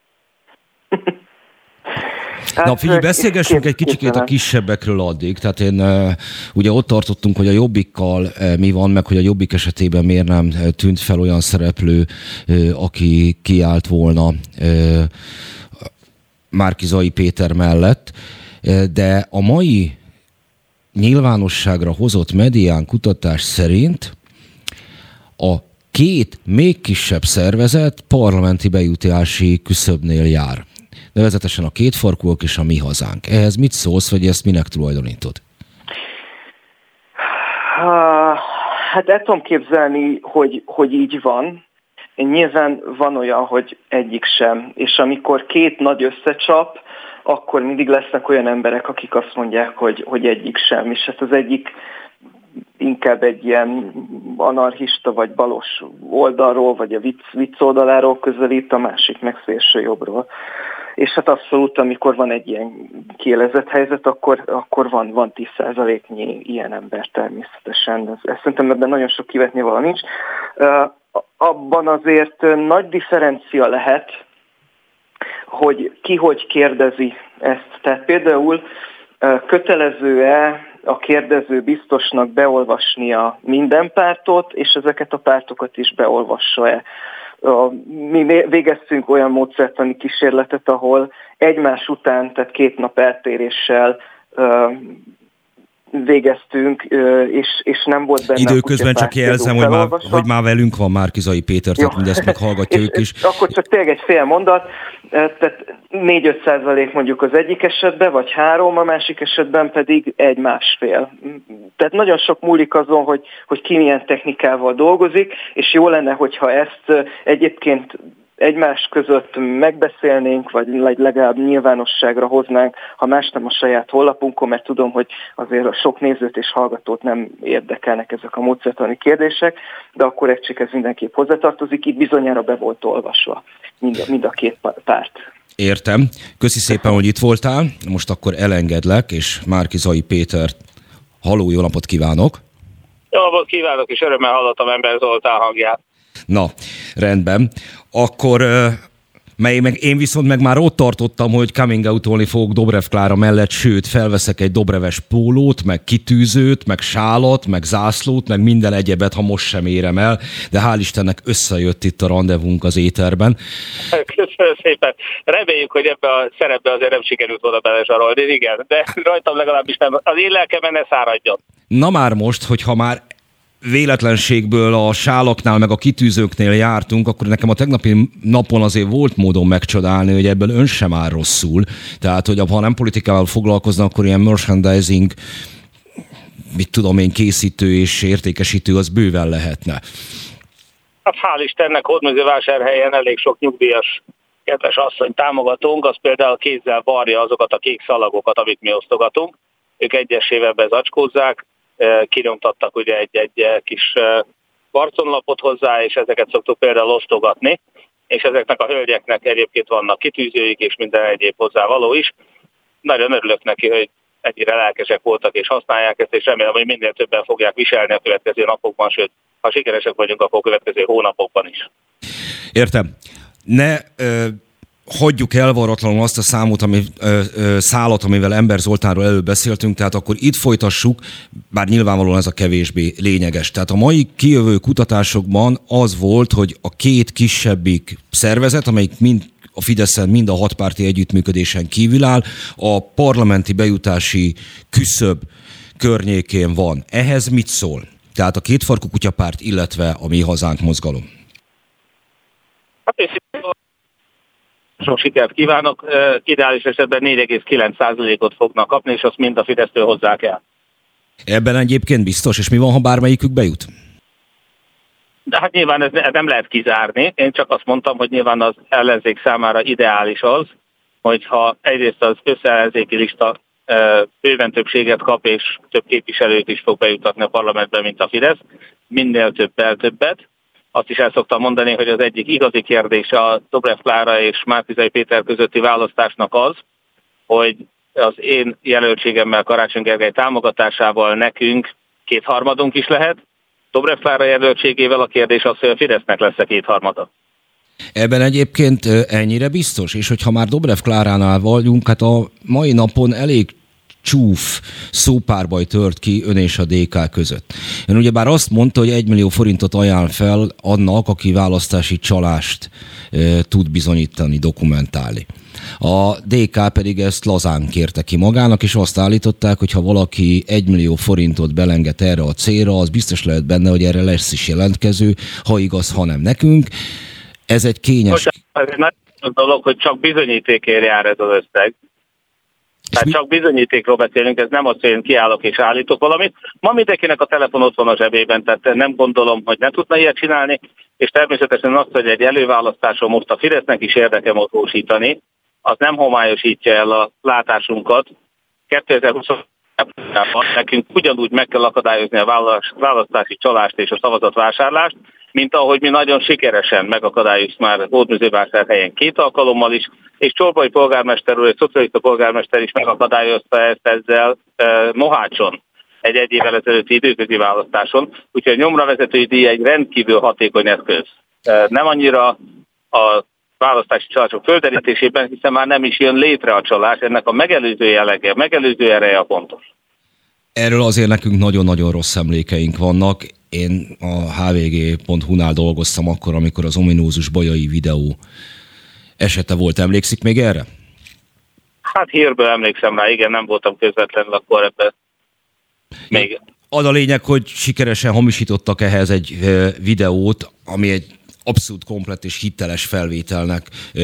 Hát, na figyelj, beszélgessünk egy kicsikét a kisebbekről addig. Tehát én ugye ott tartottunk, hogy a Jobbikkal mi van, meg hogy a Jobbik esetében miért nem tűnt fel olyan szereplő, aki kiállt volna Márki-Zay Péter mellett. De a mai nyilvánosságra hozott medián kutatás szerint a két még kisebb szervezet parlamenti bejutási küszöbnél jár. Nevezetesen a Kétfarkúak és a Mi Hazánk. Ehhez mit szólsz, vagy ezt minek tulajdonítod? Hát el tudom képzelni, hogy, hogy így van. Nyilván van olyan, hogy egyik sem. És amikor két nagy összecsap, akkor mindig lesznek olyan emberek, akik azt mondják, hogy, hogy egyik sem. És hát az egyik inkább egy ilyen anarchista vagy balos oldalról, vagy a vicc, vicc oldaláról közelít, a másik meg szélső jobbról. És hát abszolút, amikor van egy ilyen kiélezett helyzet, akkor, akkor van, van tíz százaléknyi ilyen ember természetesen. Ez, ez szerintem ebben nagyon sok kivetnivaló nincs. Uh, abban azért nagy differencia lehet, hogy ki hogy kérdezi ezt. Tehát például uh, kötelező-e a kérdező biztosnak beolvasnia minden pártot, és ezeket a pártokat is beolvassa-e. Mi végeztünk olyan módszertani kísérletet, ahol egymás után, tehát két nap eltéréssel végeztünk, és, és nem volt benne... Időközben csak jelzem, hogy már, hogy már velünk van Márki-Zay Péter, tehát mindezt meghallgatja ők is. Akkor csak tényleg egy fél mondat, tehát négy-öt százalék mondjuk az egyik esetben, vagy három, a másik esetben pedig egy-másfél. Tehát nagyon sok múlik azon, hogy, hogy ki milyen technikával dolgozik, és jó lenne, hogyha ezt egyébként egymás között megbeszélnénk, vagy legalább nyilvánosságra hoznánk, ha más nem a saját honlapunkon, mert tudom, hogy azért a sok nézőt és hallgatót nem érdekelnek ezek a módszertani kérdések, de akkor egy ez mindenképp hozzátartozik, itt bizonyára be volt olvasva mind a, mind a két párt. Értem. Köszi szépen, hogy itt voltál. Most akkor elengedlek, és Márki-Zay Péter, halló, jó napot kívánok! Jó napot kívánok, és örömmel hallottam Ember Zoltán hangját. Na, rendben. Akkor mely, meg én viszont meg már ott tartottam, hogy coming out-olni fogok Dobrev Klára mellett, sőt, felveszek egy dobreves pólót, meg kitűzőt, meg sálat, meg zászlót, meg minden egyebet, ha most sem érem el, de hál' Istennek összejött itt a randevunk az éterben. Köszönöm szépen. Reméljük, hogy ebbe a szerepbe azért nem sikerült volna belezsarolni, igen, de rajtam legalábbis nem. Az én lelkemen ne száradjon. Na már most, hogyha már véletlenségből a sálaknál meg a kitűzőknél jártunk, akkor nekem a tegnapi napon azért volt módon megcsodálni, hogy ebből ön sem áll rosszul. Tehát, hogy ha nem politikával foglalkozna, akkor ilyen merchandising, mit tudom én, készítő és értékesítő, az bőven lehetne. Hát hál' Istennek Hódmezővásárhelyen elég sok nyugdíjas kedves asszony támogatunk, az például kézzel varja azokat a kék szalagokat, amit mi osztogatunk. Ők egyesével bezacskózzák, kinyomtattak ugye egy-egy kis kartonlapot hozzá, és ezeket szoktuk például osztogatni, és ezeknek a hölgyeknek egyébként vannak kitűzőik, és minden egyéb hozzávaló is. Nagyon örülök neki, hogy ennyire lelkesek voltak, és használják ezt, és remélem, hogy minél többen fogják viselni a következő napokban, sőt, ha sikeresek vagyunk, akkor a következő hónapokban is. Értem. Ne... Ö... hagyjuk elvarratlanul azt a számot, ami, ö, ö, szálat, amivel Ember Zoltánról előbb beszéltünk, tehát akkor itt folytassuk, bár nyilvánvalóan ez a kevésbé lényeges. Tehát a mai kijövő kutatásokban az volt, hogy a két kisebbik szervezet, amelyik mind a Fideszen, mind a hatpárti együttműködésen kívül áll, a parlamenti bejutási küszöb környékén van. Ehhez mit szól? Tehát a Kétfarkú Kutyapárt, illetve a Mi Hazánk mozgalom. Hát sok sikert kívánok, ideális esetben négy egész kilenc százalékot fognak kapni, és azt mind a Fidesztől hozzák el. Ebben egyébként biztos, és mi van, ha bármelyikük bejut? De hát nyilván ez nem lehet kizárni, én csak azt mondtam, hogy nyilván az ellenzék számára ideális az, hogyha egyrészt az összeellenzéki lista bőven többséget kap, és több képviselőt is fog bejutatni a parlamentbe, mint a Fidesz, minél többel többet. Azt is el szoktam mondani, hogy az egyik igazi kérdés a Dobrev Klára és Márki-Zay Péter közötti választásnak az, hogy az én jelöltségemmel, Karácsony Gergely támogatásával nekünk kétharmadunk is lehet. Dobrev Klára jelöltségével a kérdés az, hogy a Fidesznek lesz-e kétharmada. Ebben egyébként ennyire biztos, és hogyha már Dobrev Kláránál vagyunk, hát a mai napon elég csúf szópárbaj tört ki ön és a dé ká között. Ön ugyebár azt mondta, hogy egymillió forintot ajánl fel annak, aki választási csalást e, tud bizonyítani, dokumentálni. A dé ká pedig ezt lazán kérte ki magának, és azt állították, hogy ha valaki egymillió forintot belenget erre a célra, az biztos lehet benne, hogy erre lesz is jelentkező, ha igaz, ha nem nekünk. Ez egy kényes... Most ez egy nagy dolog, hogy csak bizonyítékért jár ez az összeg. Tehát mi? Csak bizonyítékról beszélünk, ez nem azt, hogy én kiállok és állítok valamit. Ma mindenkinek a telefon ott van a zsebében, tehát nem gondolom, hogy ne tudna ilyet csinálni, és természetesen azt, hogy egy előválasztáson most a Fidesznek is érdeke mozgósítani, az nem homályosítja el a látásunkat. kétezer-huszonban nekünk ugyanúgy meg kell akadályozni a választási csalást és a szavazatvásárlást, mint ahogy mi nagyon sikeresen megakadályoztuk már Hódmezővásárhelyen két alkalommal is, és Csorbai polgármester úr, egy szocialista polgármester is megakadályozta ezt ezzel e, Mohácson egy egy évvel ezelőtti időközi választáson, úgyhogy a nyomravezetői díj egy rendkívül hatékony eszköz. E, nem annyira a választási csalások földerítésében, hiszen már nem is jön létre a csalás, ennek a megelőző jellege, megelőző ereje a fontos. Erről azért nekünk nagyon-nagyon rossz emlékeink vannak. Én a há vé gé pont hú-nál dolgoztam akkor, amikor az ominózus Bajai videó esete volt. Emlékszik még erre? Hát hírből emlékszem rá, igen, nem voltam közvetlenül akkor ebben. Még. Az a lényeg, hogy sikeresen hamisítottak ehhez egy videót, ami egy abszolút komplett és hiteles felvételnek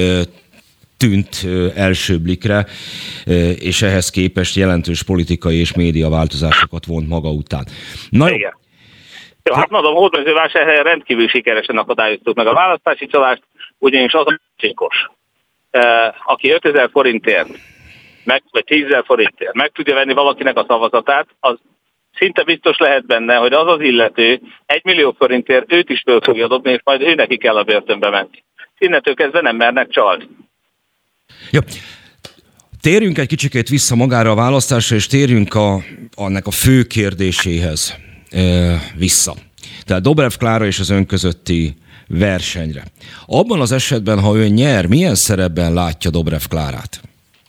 tűnt első blikre, és ehhez képest jelentős politikai és média változásokat vont maga után. Na jó. Jó, hát mondom, Hódmezővásárhelyen rendkívül sikeresen akadályoztuk meg a választási csalást, ugyanis az a csíkos, aki ötezer forintért, meg, vagy tízezer forintért meg tudja venni valakinek a szavazatát, az szinte biztos lehet benne, hogy az az illető egy millió forintért őt is föl fogja dobni, és majd ő neki kell a börtönbe menni. Innentől kezdve nem mernek csalni. Jó. Térjünk egy kicsikét vissza magára a választásra, és térjünk a, annak a fő kérdéséhez e, vissza. Tehát Dobrev Klára és az ön közötti versenyre. Abban az esetben, ha ön nyer, milyen szerepben látja Dobrev Klárát?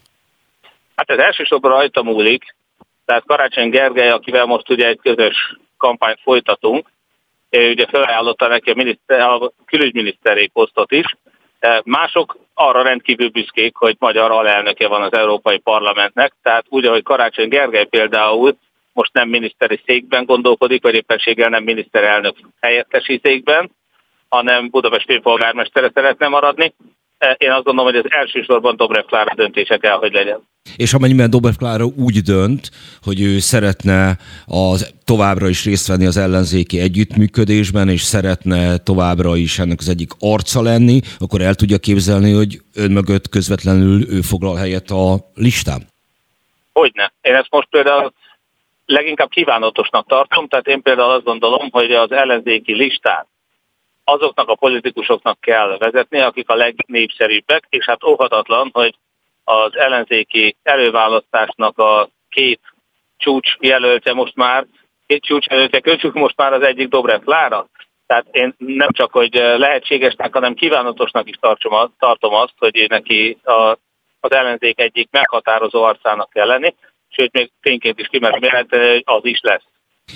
Hát ez elsősorban rajta múlik. Tehát Karácsony Gergely, akivel most ugye egy közös kampányt folytatunk, ugye felajánlotta neki a, miniszter, a külügyminiszteri posztot is. Mások arra rendkívül büszkék, hogy magyar alelnöke van az Európai Parlamentnek, tehát úgy, ahogy Karácsony Gergely például most nem miniszteri székben gondolkodik, vagy éppenséggel nem miniszterelnök helyettesi székben, hanem Budapest főpolgármestere szeretne maradni. Én azt gondolom, hogy ez elsősorban Dobrev Klára döntése kell, hogy legyen. És amennyiben Dobrev Klára úgy dönt, hogy ő szeretne az, továbbra is részt venni az ellenzéki együttműködésben, és szeretne továbbra is ennek az egyik arca lenni, akkor el tudja képzelni, hogy ön mögött közvetlenül ő foglal helyet a listán? Hogyne. Én ezt most például leginkább kívánatosnak tartom, tehát én például azt gondolom, hogy az ellenzéki listán azoknak a politikusoknak kell vezetni, akik a legnépszerűbbek, és hát óhatatlan, hogy az ellenzéki előválasztásnak a két csúcs jelöltje most már, két csúcs jelöltje közül most már az egyik Dobrev Klára. Tehát én nem csak, hogy lehetségesnek, hanem kívánatosnak is tartom, tartom azt, hogy neki a, az ellenzék egyik meghatározó arcának kell lenni, sőt még tényként is kimerem jelenteni, hogy az is lesz.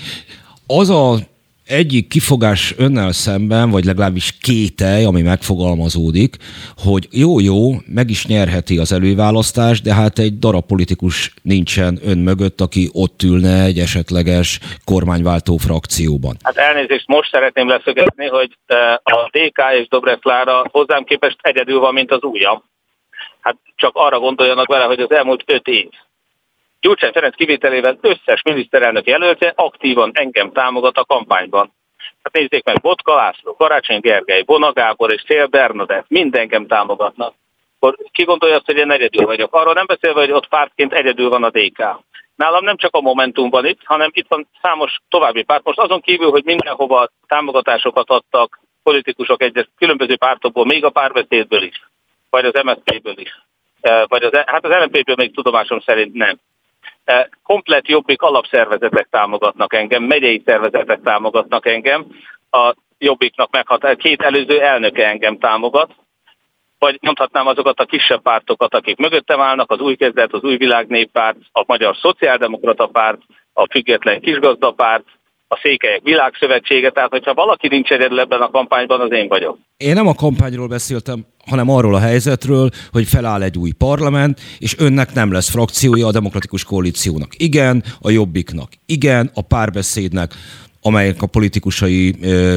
Az a egyik kifogás önnel szemben, vagy legalábbis kételj, ami megfogalmazódik, hogy jó-jó, meg is nyerheti az előválasztást, de hát egy darab politikus nincsen ön mögött, aki ott ülne egy esetleges kormányváltó frakcióban. Hát elnézést, most szeretném leszögezni, hogy a dé ká és Dobrev Klára hozzám képest egyedül van, mint az ujjam. Hát csak arra gondoljanak vele, hogy az elmúlt öt év Gyurcsány Ferenc kivételével összes miniszterelnök jelöltje aktívan engem támogat a kampányban. Hát nézzék meg, Botka László, Karácsony Gergely, Bona Gábor és Szél Bernadett mind engem támogatnak. Ki gondolja azt, hogy én egyedül vagyok? Arról nem beszélve, hogy ott pártként egyedül van a dé ká. Nálam nem csak a Momentumban itt, hanem itt van számos további párt. Most azon kívül, hogy mindenhova támogatásokat adtak politikusok egyes különböző pártokból, még a Párbeszédből is, vagy az em es zé pé-ből is, vagy az, hát az el em pé-ből még tudomásom szerint nem. Komplett Jobbik alapszervezetek támogatnak engem, megyei szervezetek támogatnak engem, a Jobbiknak meghat, két előző elnöke engem támogat, vagy mondhatnám azokat a kisebb pártokat, akik mögöttem állnak, az Új Kezdet, az Új Világ Néppárt, a Magyar Szociáldemokrata Párt, a Független Kisgazdapárt, a Székelyek Világszövetsége, tehát hogyha valaki nincs egyedül ebben a kampányban, az én vagyok. Én nem a kampányról beszéltem, hanem arról a helyzetről, hogy feláll egy új parlament, és önnek nem lesz frakciója, a Demokratikus Koalíciónak igen, a Jobbiknak igen, a Párbeszédnek, amelyek a politikusai ö,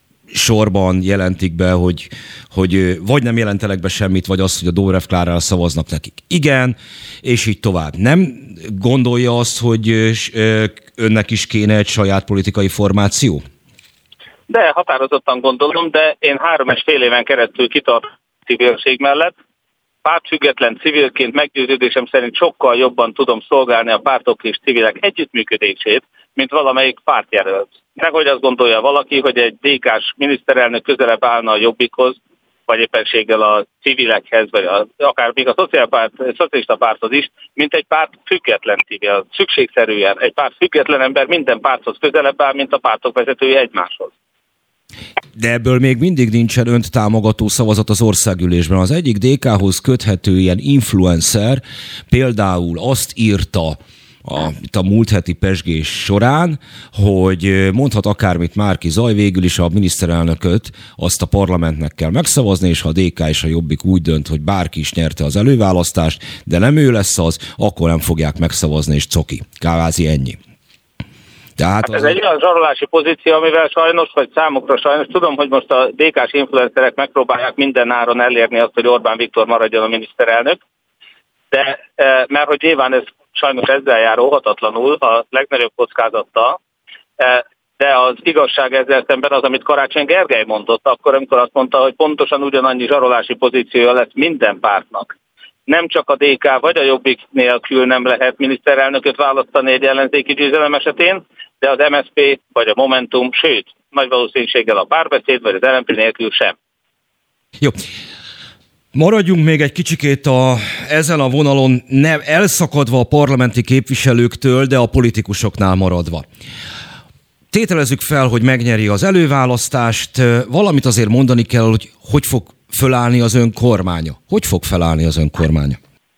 sorban jelentik be, hogy, hogy vagy nem jelentenek be semmit, vagy azt, hogy a Dobrev Klárára szavaznak nekik igen, és így tovább. Nem gondolja azt, hogy önnek is kéne egy saját politikai formáció? De határozottan gondolom, de én három és fél éven keresztül kitartom civilség mellett. Pártfüggetlen civilként meggyőződésem szerint sokkal jobban tudom szolgálni a pártok és civilek együttműködését, mint valamelyik pártjelölt. Nehogy azt gondolja valaki, hogy egy dé ká-s miniszterelnök közelebb állna a Jobbikhoz, vagy éppenséggel a civilekhez, vagy a, akár még a szociálpárt, szocialista párthoz is, mint egy párt független civil. Szükségszerűen egy párt független ember minden párthoz közelebb áll, mint a pártok vezetői egymáshoz. De ebből még mindig nincsen önt támogató szavazat az országgyűlésben. Az egyik dé ká-hoz köthető ilyen influencer például azt írta a, itt a múlt heti pezsgés során, hogy mondhat akármit Márki Zaj, végül is a miniszterelnököt azt a parlamentnek kell megszavazni, és ha a dé ká és a Jobbik úgy dönt, hogy bárki is nyerte az előválasztást, de nem ő lesz az, akkor nem fogják megszavazni, és coki. Kávázi ennyi. Tehát hát ez az... egy olyan zsarolási pozíció, amivel sajnos, vagy számukra sajnos, tudom, hogy most a dé ká-s influencerek megpróbálják minden áron elérni azt, hogy Orbán Viktor maradjon a miniszterelnök, de mert hogy nyilván ez sajnos ezzel jár óhatatlanul, a legnagyobb kockázattal, de az igazság ezzel szemben az, amit Karácsony Gergely mondott akkor, amikor azt mondta, hogy pontosan ugyanannyi zsarolási pozíciója lesz minden pártnak. Nem csak a dé ká vagy a Jobbik nélkül nem lehet miniszterelnököt választani egy ellenzéki győzelem esetén, de az em es zé pé vagy a Momentum, sőt, nagy valószínűséggel a Párbeszéd vagy az el em pé nélkül sem. Jó. Maradjunk még egy kicsikét a, ezen a vonalon, nem elszakadva a parlamenti képviselőktől, de a politikusoknál maradva. Tételezzük fel, hogy megnyeri az előválasztást, valamit azért mondani kell, hogy hogy fog fölállni az ön kormánya. Hogy fog felállni az ön kormánya?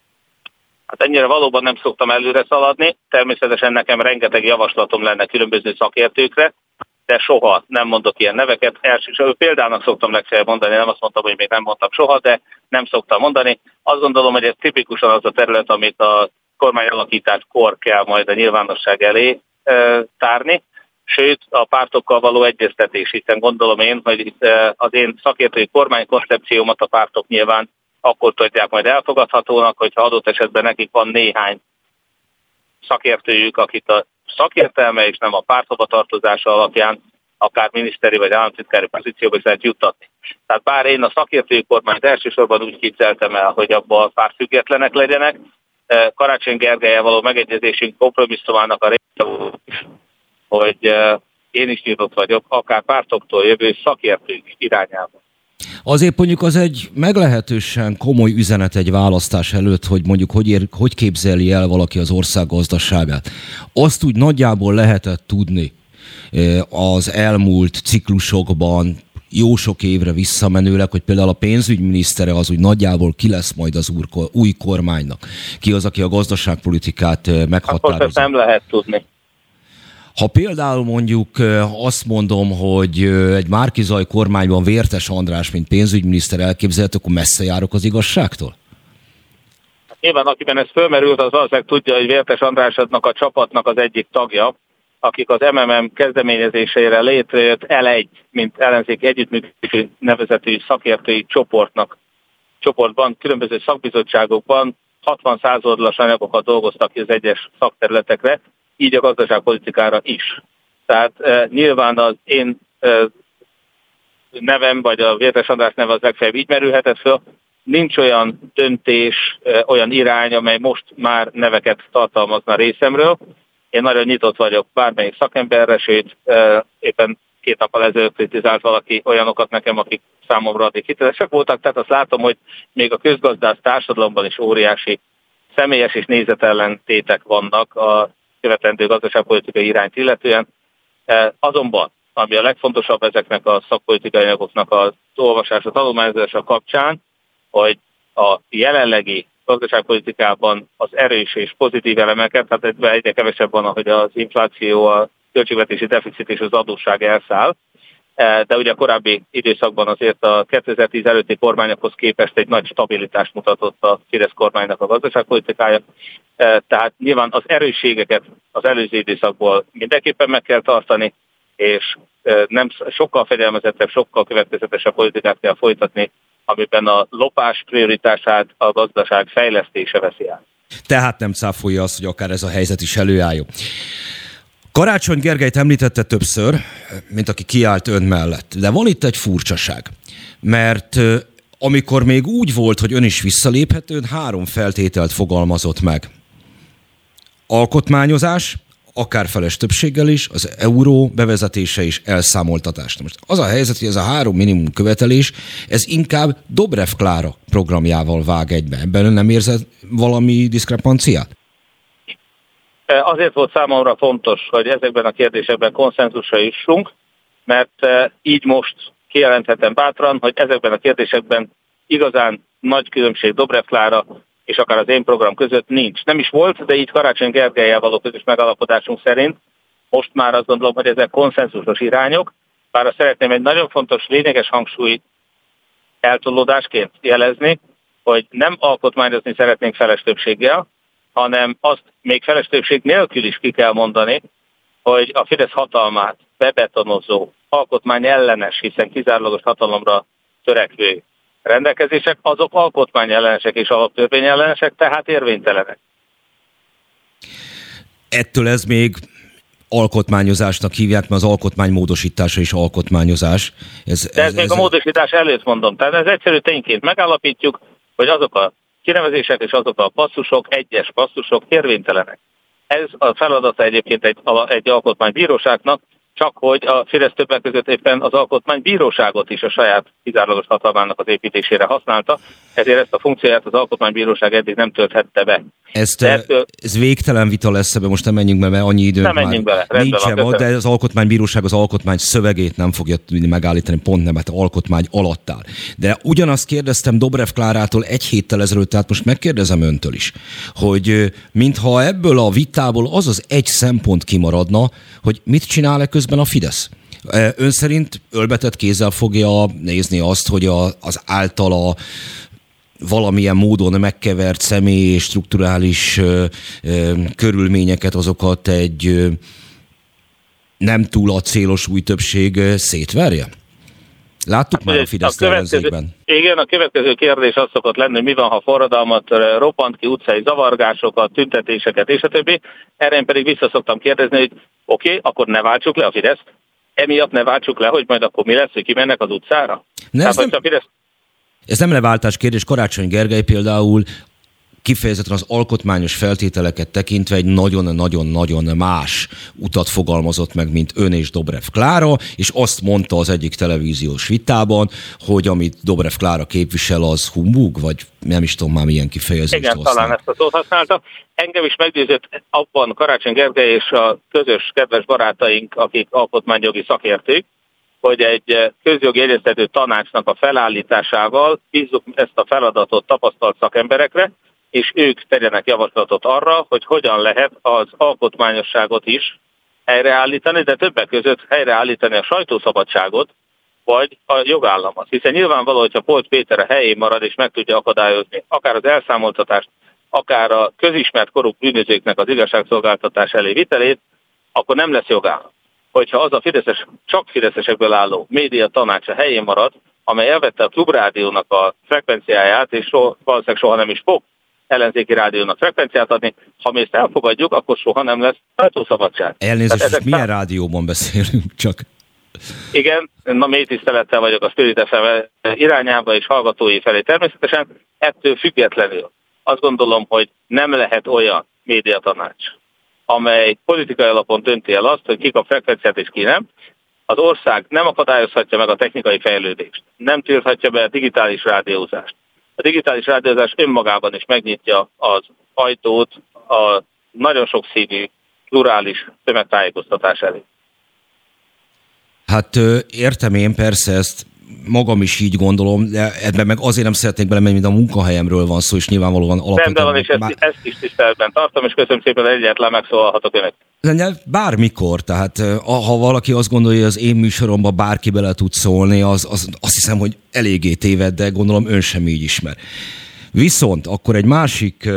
Hát ennyire valóban nem szoktam előre szaladni, természetesen nekem rengeteg javaslatom lenne különböző szakértőkre, de soha nem mondok ilyen neveket. Elsősorban példának szoktam legfeljebb mondani, nem azt mondtam, hogy még nem mondtam soha, de nem szoktam mondani. Azt gondolom, hogy ez tipikusan az a terület, amit a kormányalakításkor kell majd a nyilvánosság elé e, tárni, sőt a pártokkal való egyeztetés, hiszen gondolom én, hogy az én szakértői kormánykoncepciómat a pártok nyilván akkor tudják majd elfogadhatónak, hogyha adott esetben nekik van néhány szakértőjük, akit a szakértelme és nem a párthova tartozása alapján akár miniszteri vagy államtitkári pozícióba is lehet juttatni. Tehát bár én a szakértői kormányt elsősorban úgy képzeltem el, hogy abban a párt függetlenek legyenek, Karácsony Gergellyel való megegyezésünk kompromisszumának a része is, hogy én is nyitott vagyok, akár pártoktól jövő szakértők irányába. Azért mondjuk az egy meglehetősen komoly üzenet egy választás előtt, hogy mondjuk hogy, ér, hogy képzeli el valaki az ország gazdaságát. Azt úgy nagyjából lehetett tudni az elmúlt ciklusokban, jó sok évre visszamenőleg, hogy például a pénzügyminisztere az úgy nagyjából ki lesz majd az új kormánynak. Ki az, aki a gazdaságpolitikát meghatározza. Akkor ezt nem lehet tudni. Ha például mondjuk azt mondom, hogy egy Márki-Zay kormányban Vértes András, mint pénzügyminiszter elképzelhető, akkor messze járok az igazságtól? Nyilván, akiben ez fölmerült, az valószínűleg tudja, hogy Vértes Andrásnak a csapatnak az egyik tagja, akik az em em em kezdeményezésére létrejött el egy, mint ellenzéki együttműködési nevezetű szakértői csoportnak, csoportban, különböző szakbizottságokban hatvan százoldalas anyagokat dolgoztak ki az egyes szakterületekre, így a gazdaságpolitikára is. Tehát e, nyilván az én e, nevem, vagy a Vértes András neve az legfeljebb így merülhetett föl. Nincs olyan döntés, e, olyan irány, amely most már neveket tartalmazna részemről. Én nagyon nyitott vagyok bármelyik szakemberre, sőt, e, éppen két nappal ezelőtt kritizált valaki olyanokat nekem, akik számomra addig hitelesek voltak. Tehát azt látom, hogy még a közgazdász társadalomban is óriási személyes és nézetellentétek vannak a követendő gazdaságpolitikai irányt illetően. Azonban, ami a legfontosabb ezeknek a szakpolitikai anyagoknak az olvasása, tanulmányozása kapcsán, hogy a jelenlegi gazdaságpolitikában az erős és pozitív elemeket, tehát ebben egyre kevesebb van, hogy az infláció, a költségvetési deficit és az adósság elszáll, de ugye a korábbi időszakban azért a kétezer-tíz előtti kormányokhoz képest egy nagy stabilitást mutatott a Fidesz kormánynak a gazdaságpolitikája. Tehát nyilván az erősségeket az előző időszakból mindenképpen meg kell tartani, és nem sokkal fegyelmezettebb, sokkal következetesebb politikát kell folytatni, amiben a lopás prioritását a gazdaság fejlesztése veszi át. Tehát nem cáfolja azt, hogy akár ez a helyzet is előálljon. Karácsony Gergelyt említette többször, mint aki kiállt ön mellett. De van itt egy furcsaság, mert amikor még úgy volt, hogy ön is visszaléphet, ön három feltételt fogalmazott meg. Alkotmányozás, akár feles többséggel is, az euró bevezetése és elszámoltatás. Most az a helyzet, hogy ez a három minimum követelés, ez inkább Dobrev Klára programjával vág egybe. Ebben ön nem érzed valami diszkrepanciát? Azért volt számomra fontos, hogy ezekben a kérdésekben konszenzusra jussunk, mert így most kijelenthetem bátran, hogy ezekben a kérdésekben igazán nagy különbség Dobrev Klára és akár az én program között nincs. Nem is volt, de így Karácsony Gergellyel való közös megalapodásunk szerint most már azt gondolom, hogy ezek konszenzusos irányok, bár azt szeretném egy nagyon fontos, lényeges hangsúly eltolódásként jelezni, hogy nem alkotmányozni szeretnénk feles többséggel, hanem azt még feles többség nélkül is ki kell mondani, hogy a Fidesz hatalmát bebetonozó, alkotmány ellenes, hiszen kizárólagos hatalomra törekvő rendelkezések, azok alkotmányellenesek és alaptörvényellenesek, tehát érvénytelenek. Ettől ez még alkotmányozásnak hívják, mert az alkotmány módosítása is alkotmányozás. Ez, De ez, ez még ez a módosítás előtt mondom. Tehát ez egyszerű tényként megállapítjuk, hogy azok a kinevezések és azok a passzusok, egyes passzusok érvénytelenek. Ez a feladata egyébként egy, egy alkotmánybíróságnak, csak hogy a Fidesz többek között éppen az alkotmánybíróságot is a saját kizárólagos hatalmának az építésére használta, ezért ezt a funkcióját az alkotmánybíróság eddig nem tölthette be. Ezt, ettől... Ez végtelen vita lesz ebbe, most nem menjünk be, mert annyi időnk nem már bele, nincsen, van, de az alkotmánybíróság az alkotmány szövegét nem fogja tudni megállítani, pont nem, mert alkotmány alatt áll. De ugyanazt kérdeztem Dobrev Klárától egy héttel ezelőtt, tehát most megkérdezem öntől is, hogy mintha ebből a vitából az az egy szempont kimaradna, hogy mit csinál-e közben a Fidesz. Ön szerint ölbetett kézzel fogja nézni azt, hogy a, az általa valamilyen módon megkevert személyi és strukturális ö, ö, körülményeket, azokat egy ö, nem túl acélos új többség ö, szétverje? Láttuk már a Fidesz ellenzékben. Igen, a következő kérdés az szokott lenni, hogy mi van, ha forradalmat roppant ki, utcai zavargásokat, tüntetéseket és a többi. Erre én pedig vissza szoktam kérdezni, hogy oké, okay, akkor ne váltsuk le a Fideszt. Emiatt ne váltsuk le, hogy majd akkor mi lesz, hogy kimennek az utcára? Ne, Tehát, nem... a Fidesz... Ez nem leváltás kérdés. Karácsony Gergely például kifejezetten az alkotmányos feltételeket tekintve egy nagyon-nagyon-nagyon más utat fogalmazott meg, mint ön és Dobrev Klára, és azt mondta az egyik televíziós vitában, hogy amit Dobrev Klára képvisel, az humbug, vagy nem is tudom már milyen kifejezést Igen, használ. talán ezt a szót használta. Engem is meggyőzött abban Karácsony Gergely és a közös kedves barátaink, akik alkotmányjogi szakértők, hogy egy közjogi egyeztető tanácsnak a felállításával bízzuk ezt a feladatot tapasztalt szakemberekre, és ők tegyenek javaslatot arra, hogy hogyan lehet az alkotmányosságot is helyreállítani, de többek között helyreállítani a sajtószabadságot, vagy a jogállamot. Hiszen nyilvánvaló, hogyha Polt Péter a helyén marad és meg tudja akadályozni akár az elszámoltatást, akár a közismert korrupt bűnözőknek az igazságszolgáltatás elé vitelét, akkor nem lesz jogállam. Hogyha az a fideszes, csak fideszesekből álló média tanácsa helyén marad, amely elvette a Klubrádiónak a frekvenciáját, és soha, valószínűleg soha nem is fog ellenzéki rádiónak frekvenciát adni, ha mi ezt elfogadjuk, akkor soha nem lesz sajtószabadság. Elnézést, ezek milyen szám... rádióban beszélünk csak? Igen, na mély tisztelettel vagyok a Spirit ef em irányába és hallgatói felé természetesen. Ettől függetlenül azt gondolom, hogy nem lehet olyan médiatanács, amely politikai alapon dönti el azt, hogy ki kap frekvenciát és ki nem. Az ország nem akadályozhatja meg a technikai fejlődést, nem tilthatja be a digitális rádiózást. A digitális rádiózás önmagában is megnyitja az ajtót a nagyon sokszínű, plurális tömegtájékoztatás elé. Hát értem én persze ezt, magam is így gondolom, de ebben meg azért nem szeretnék belemenni, mint a munkahelyemről van szó, és nyilvánvalóan alapvetően... Rendben van, és ezt, már... ezt is tiszteletben tartom, és köszönöm szépen, hogy egyetlen megszólalhatok önök. Bármikor, tehát ha valaki azt gondolja, hogy az én műsoromban bárki bele tud szólni, az, az azt hiszem, hogy eléggé téved, de gondolom ön sem így ismer. Viszont akkor egy másik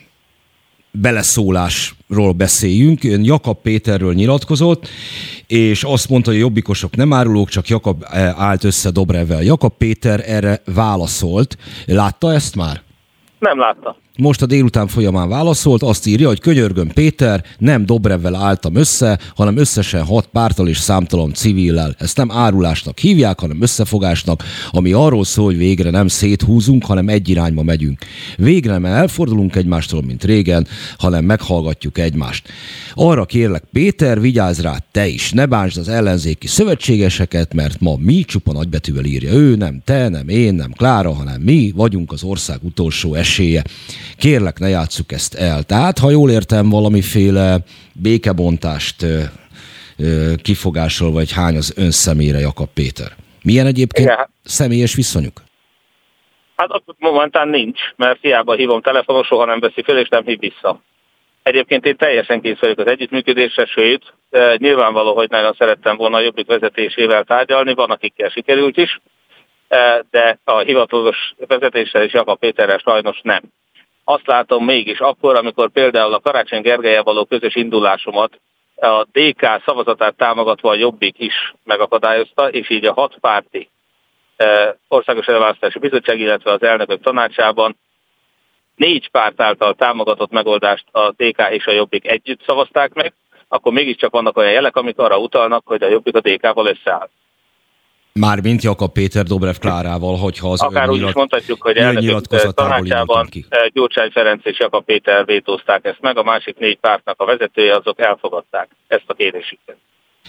beleszólásról beszéljünk. Ön Jakab Péterről nyilatkozott, és azt mondta, hogy a jobbikosok nem árulók, csak Jakab állt össze Dobrevvel. Jakab Péter erre válaszolt. Látta ezt már? Nem látta. Most a délután folyamán válaszolt, azt írja, hogy könyörgöm Péter, nem Dobrevvel álltam össze, hanem összesen hat párttal és számtalan civillel. Ezt nem árulásnak hívják, hanem összefogásnak, ami arról szól, hogy végre nem széthúzunk, hanem egy irányba megyünk. Végre nem elfordulunk egymástól, mint régen, hanem meghallgatjuk egymást. Arra kérlek Péter, vigyázz rá te is, ne bántsd az ellenzéki szövetségeseket, mert ma mi, csupa nagybetűvel írja ő, nem te, nem én, nem Klára, hanem mi vagyunk az ország utolsó esélye. Kérlek, ne játsszuk ezt el. Tehát, ha jól értem, valamiféle békebontást ö, ö, kifogásol, vagy hány az ön személyre Jakab Péter. Milyen egyébként igen. Személyes viszonyuk? Hát momentán nincs, mert hiába hívom telefonon, soha nem veszi fel, és nem hív vissza. Egyébként én teljesen kész vagyok az együttműködésre, sőt, nyilvánvaló, hogy nagyon szerettem volna a Jobbik vezetésével tárgyalni, van akikkel sikerült is, de a hivatalos vezetéssel és Jakab Péterrel sajnos nem. Azt látom mégis akkor, amikor például a Karácsony Gergellyel való közös indulásomat a dé ká szavazatát támogatva a Jobbik is megakadályozta, és így a hat párti Országos Előválasztási Bizottság, illetve az elnökök tanácsában négy párt által támogatott megoldást a dé ká és a Jobbik együtt szavazták meg, akkor mégiscsak vannak olyan jelek, amik arra utalnak, hogy a Jobbik a dé ká-val összeáll. Mármint Jakab Péter Dobrev Klárával, hogyha az akár úgy is mondhatjuk, hogy elnökök tanácsában Gyurcsány Ferenc és Jakab Péter vétózták ezt meg, a másik négy pártnak a vezetője, azok elfogadták ezt a kérésüket.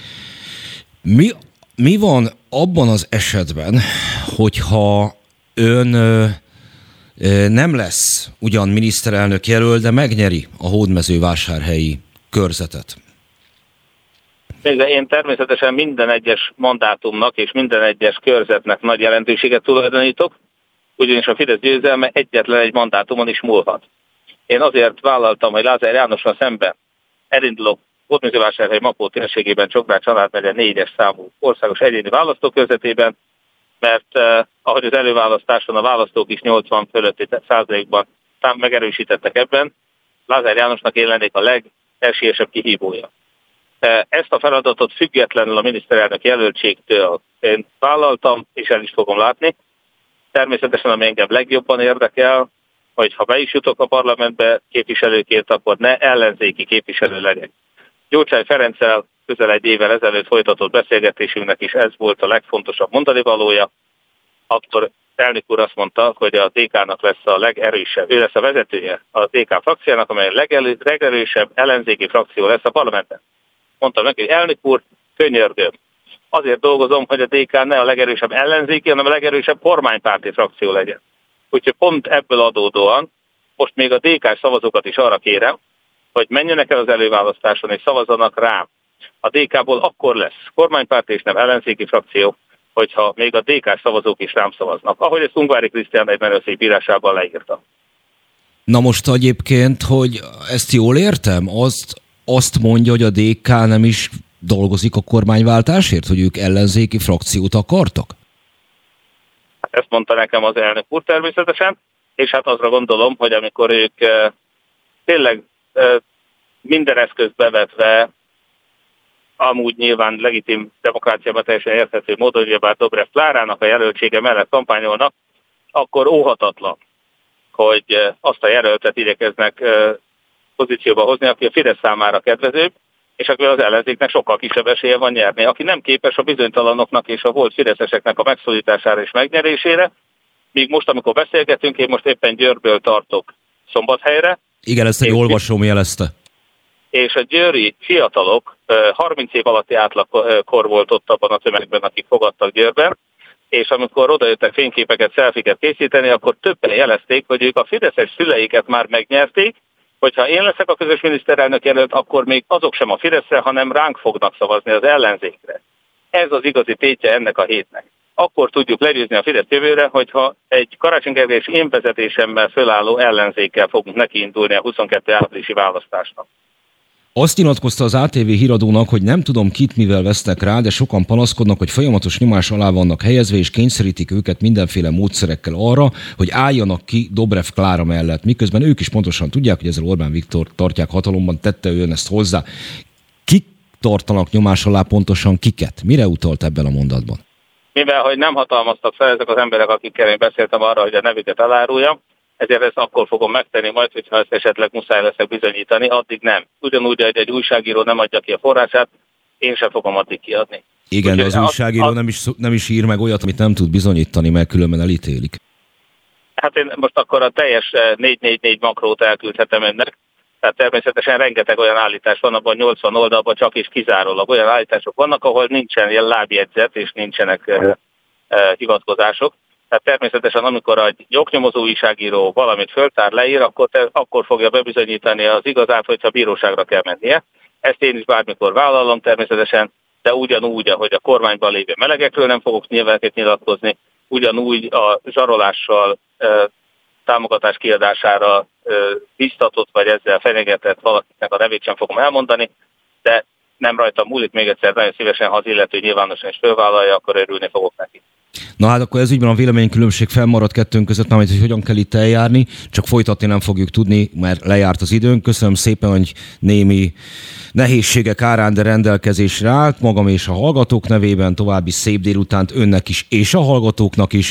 Mi, mi van abban az esetben, hogyha ön ö, ö, nem lesz ugyan miniszterelnök jelölt, de megnyeri a hódmezővásárhelyi körzetet? Én természetesen minden egyes mandátumnak és minden egyes körzetnek nagy jelentőséget tulajdonítok, ugyanis a Fidesz győzelme egyetlen egy mandátumon is múlhat. Én azért vállaltam, hogy Lázár Jánossal szemben elindulok Hódmezővásárhely Makó térségében Csongrád családmegye négyes számú országos egyéni választókörzetében, mert eh, ahogy az előválasztáson a választók is nyolcvan fölötti százalékban megerősítettek ebben, Lázár Jánosnak én lennék a legesélyesebb kihívója. Ezt a feladatot függetlenül a miniszterelnök jelöltségtől én vállaltam, és el is fogom látni. Természetesen, ami engem legjobban érdekel, hogy ha be is jutok a parlamentbe képviselőként, akkor ne ellenzéki képviselő legyek. Gyurcsány Ferenccel közel egy évvel ezelőtt folytatott beszélgetésünknek is ez volt a legfontosabb mondani valója. Akkor elnök úr azt mondta, hogy a dé ká-nak lesz a legerősebb, ő lesz a vezetője a dé ká frakciónak, amely a legerősebb ellenzéki frakció lesz a parlamentben. Mondtam neki, hogy elnök úr, könyörgöm. Azért dolgozom, hogy a dé ká ne a legerősebb ellenzéki, hanem a legerősebb kormánypárti frakció legyen. Úgyhogy pont ebből adódóan most még a dé ká szavazókat is arra kérem, hogy menjenek el az előválasztáson és szavazzanak rám. A dé ká-ból akkor lesz kormánypárti és nem ellenzéki frakció, hogyha még a dé ká szavazók is rám szavaznak. Ahogy ezt Ungvári Krisztián egy menőszék írásában leírta. Na most egyébként, hogy ezt jól értem, azt Azt mondja, hogy a dé ká nem is dolgozik a kormányváltásért, hogy ők ellenzéki frakciót akartak? Ezt mondta nekem az elnök úr természetesen, és hát azra gondolom, hogy amikor ők e, tényleg e, minden eszközt bevetve, amúgy nyilván legitim demokráciában teljesen érthető módon, hogy bár Dobrev Klárának a jelöltsége mellett kampányolnak, akkor óhatatlan, hogy azt a jelöltet igyekeznek e, pozícióba hozni, aki a Fidesz számára kedvezőbb, és akkor az ellenzéknek sokkal kisebb esélye van nyerni. Aki nem képes a bizonytalanoknak és a volt fideszeseknek a megszólítására és megnyerésére, míg most, amikor beszélgetünk, én most éppen Győrből tartok Szombathelyre. Igen, ezt egy olvasom jelezte. És a győri fiatalok, harminc év alatti átlagkor volt ott abban a tömegben, akik fogadtak Győrben, és amikor odajöttek fényképeket, szelfiket készíteni, akkor többen jelezték, hogy ők a fideszes szüleiket már megnyerték, Hogyha én leszek a közös miniszterelnök jelölt, akkor még azok sem a Fideszre, hanem ránk fognak szavazni, az ellenzékre. Ez az igazi tétje ennek a hétnek. Akkor tudjuk legyőzni a Fidesz jövőre, hogyha egy Karácsony Gergely és én vezetésemmel fölálló ellenzékkel fogunk nekiindulni a huszonkettő áprilisi választásnak. Azt nyilatkozta az á té vé híradónak, hogy nem tudom kit mivel vesznek rá, de sokan panaszkodnak, hogy folyamatos nyomás alá vannak helyezve, és kényszerítik őket mindenféle módszerekkel arra, hogy álljanak ki Dobrev Klára mellett, miközben ők is pontosan tudják, hogy ezzel Orbán Viktor tartják hatalomban, tette ő ezt hozzá. Kik tartanak nyomás alá, pontosan kiket? Mire utalt ebben a mondatban? Mivel, hogy nem hatalmaztak fel ezek az emberek, akikkel én beszéltem arra, hogy a nevüket eláruljam, ezért ezt akkor fogom megtenni majd, hogyha ezt esetleg muszáj leszek bizonyítani, addig nem. Ugyanúgy, hogy egy újságíró nem adja ki a forrását, én sem fogom addig kiadni. Igen, úgy, de az újságíró az... nem, is, nem is ír meg olyat, amit nem tud bizonyítani, mert különben elítélik. Hát én most akkor a teljes négy négy négy makrót elküldhetem önnek. Tehát természetesen rengeteg olyan állítás van, abban nyolcvan oldalban csak is kizárólag olyan állítások vannak, ahol nincsen ilyen lábjegyzet és nincsenek uh, uh, hivatkozások. Tehát természetesen, amikor egy jognyomozó újságíró valamit föltár, leír, akkor, te, akkor fogja bebizonyítani az igazát, hogyha bíróságra kell mennie. Ezt én is bármikor vállalom természetesen, de ugyanúgy, ahogy a kormányban lévő melegekről nem fogok nyilvánként nyilatkozni, ugyanúgy a zsarolással, uh, támogatás kiadására uh, biztatott, vagy ezzel fenyegetett valakinek a nevét sem fogom elmondani, de nem rajta múlik, még egyszer nagyon szívesen, ha az illető nyilvánosan is fölvállalja, akkor örülni fogok neki. Na hát akkor ez ügyben a véleménykülönbség fennmaradt kettőnk között, már hogy hogyan kell itt eljárni, csak folytatni nem fogjuk tudni, mert lejárt az időnk. Köszönöm szépen, hogy némi nehézségek árán, de rendelkezésre állt, magam és a hallgatók nevében. További szép délutánt önnek is, és a hallgatóknak is,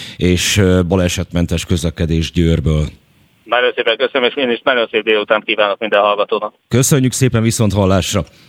és balesetmentes közlekedés Győrből. Nagyon szépen köszönöm, és én is nagyon szép délutánt kívánok minden hallgatónak. Köszönjük szépen, viszont hallásra!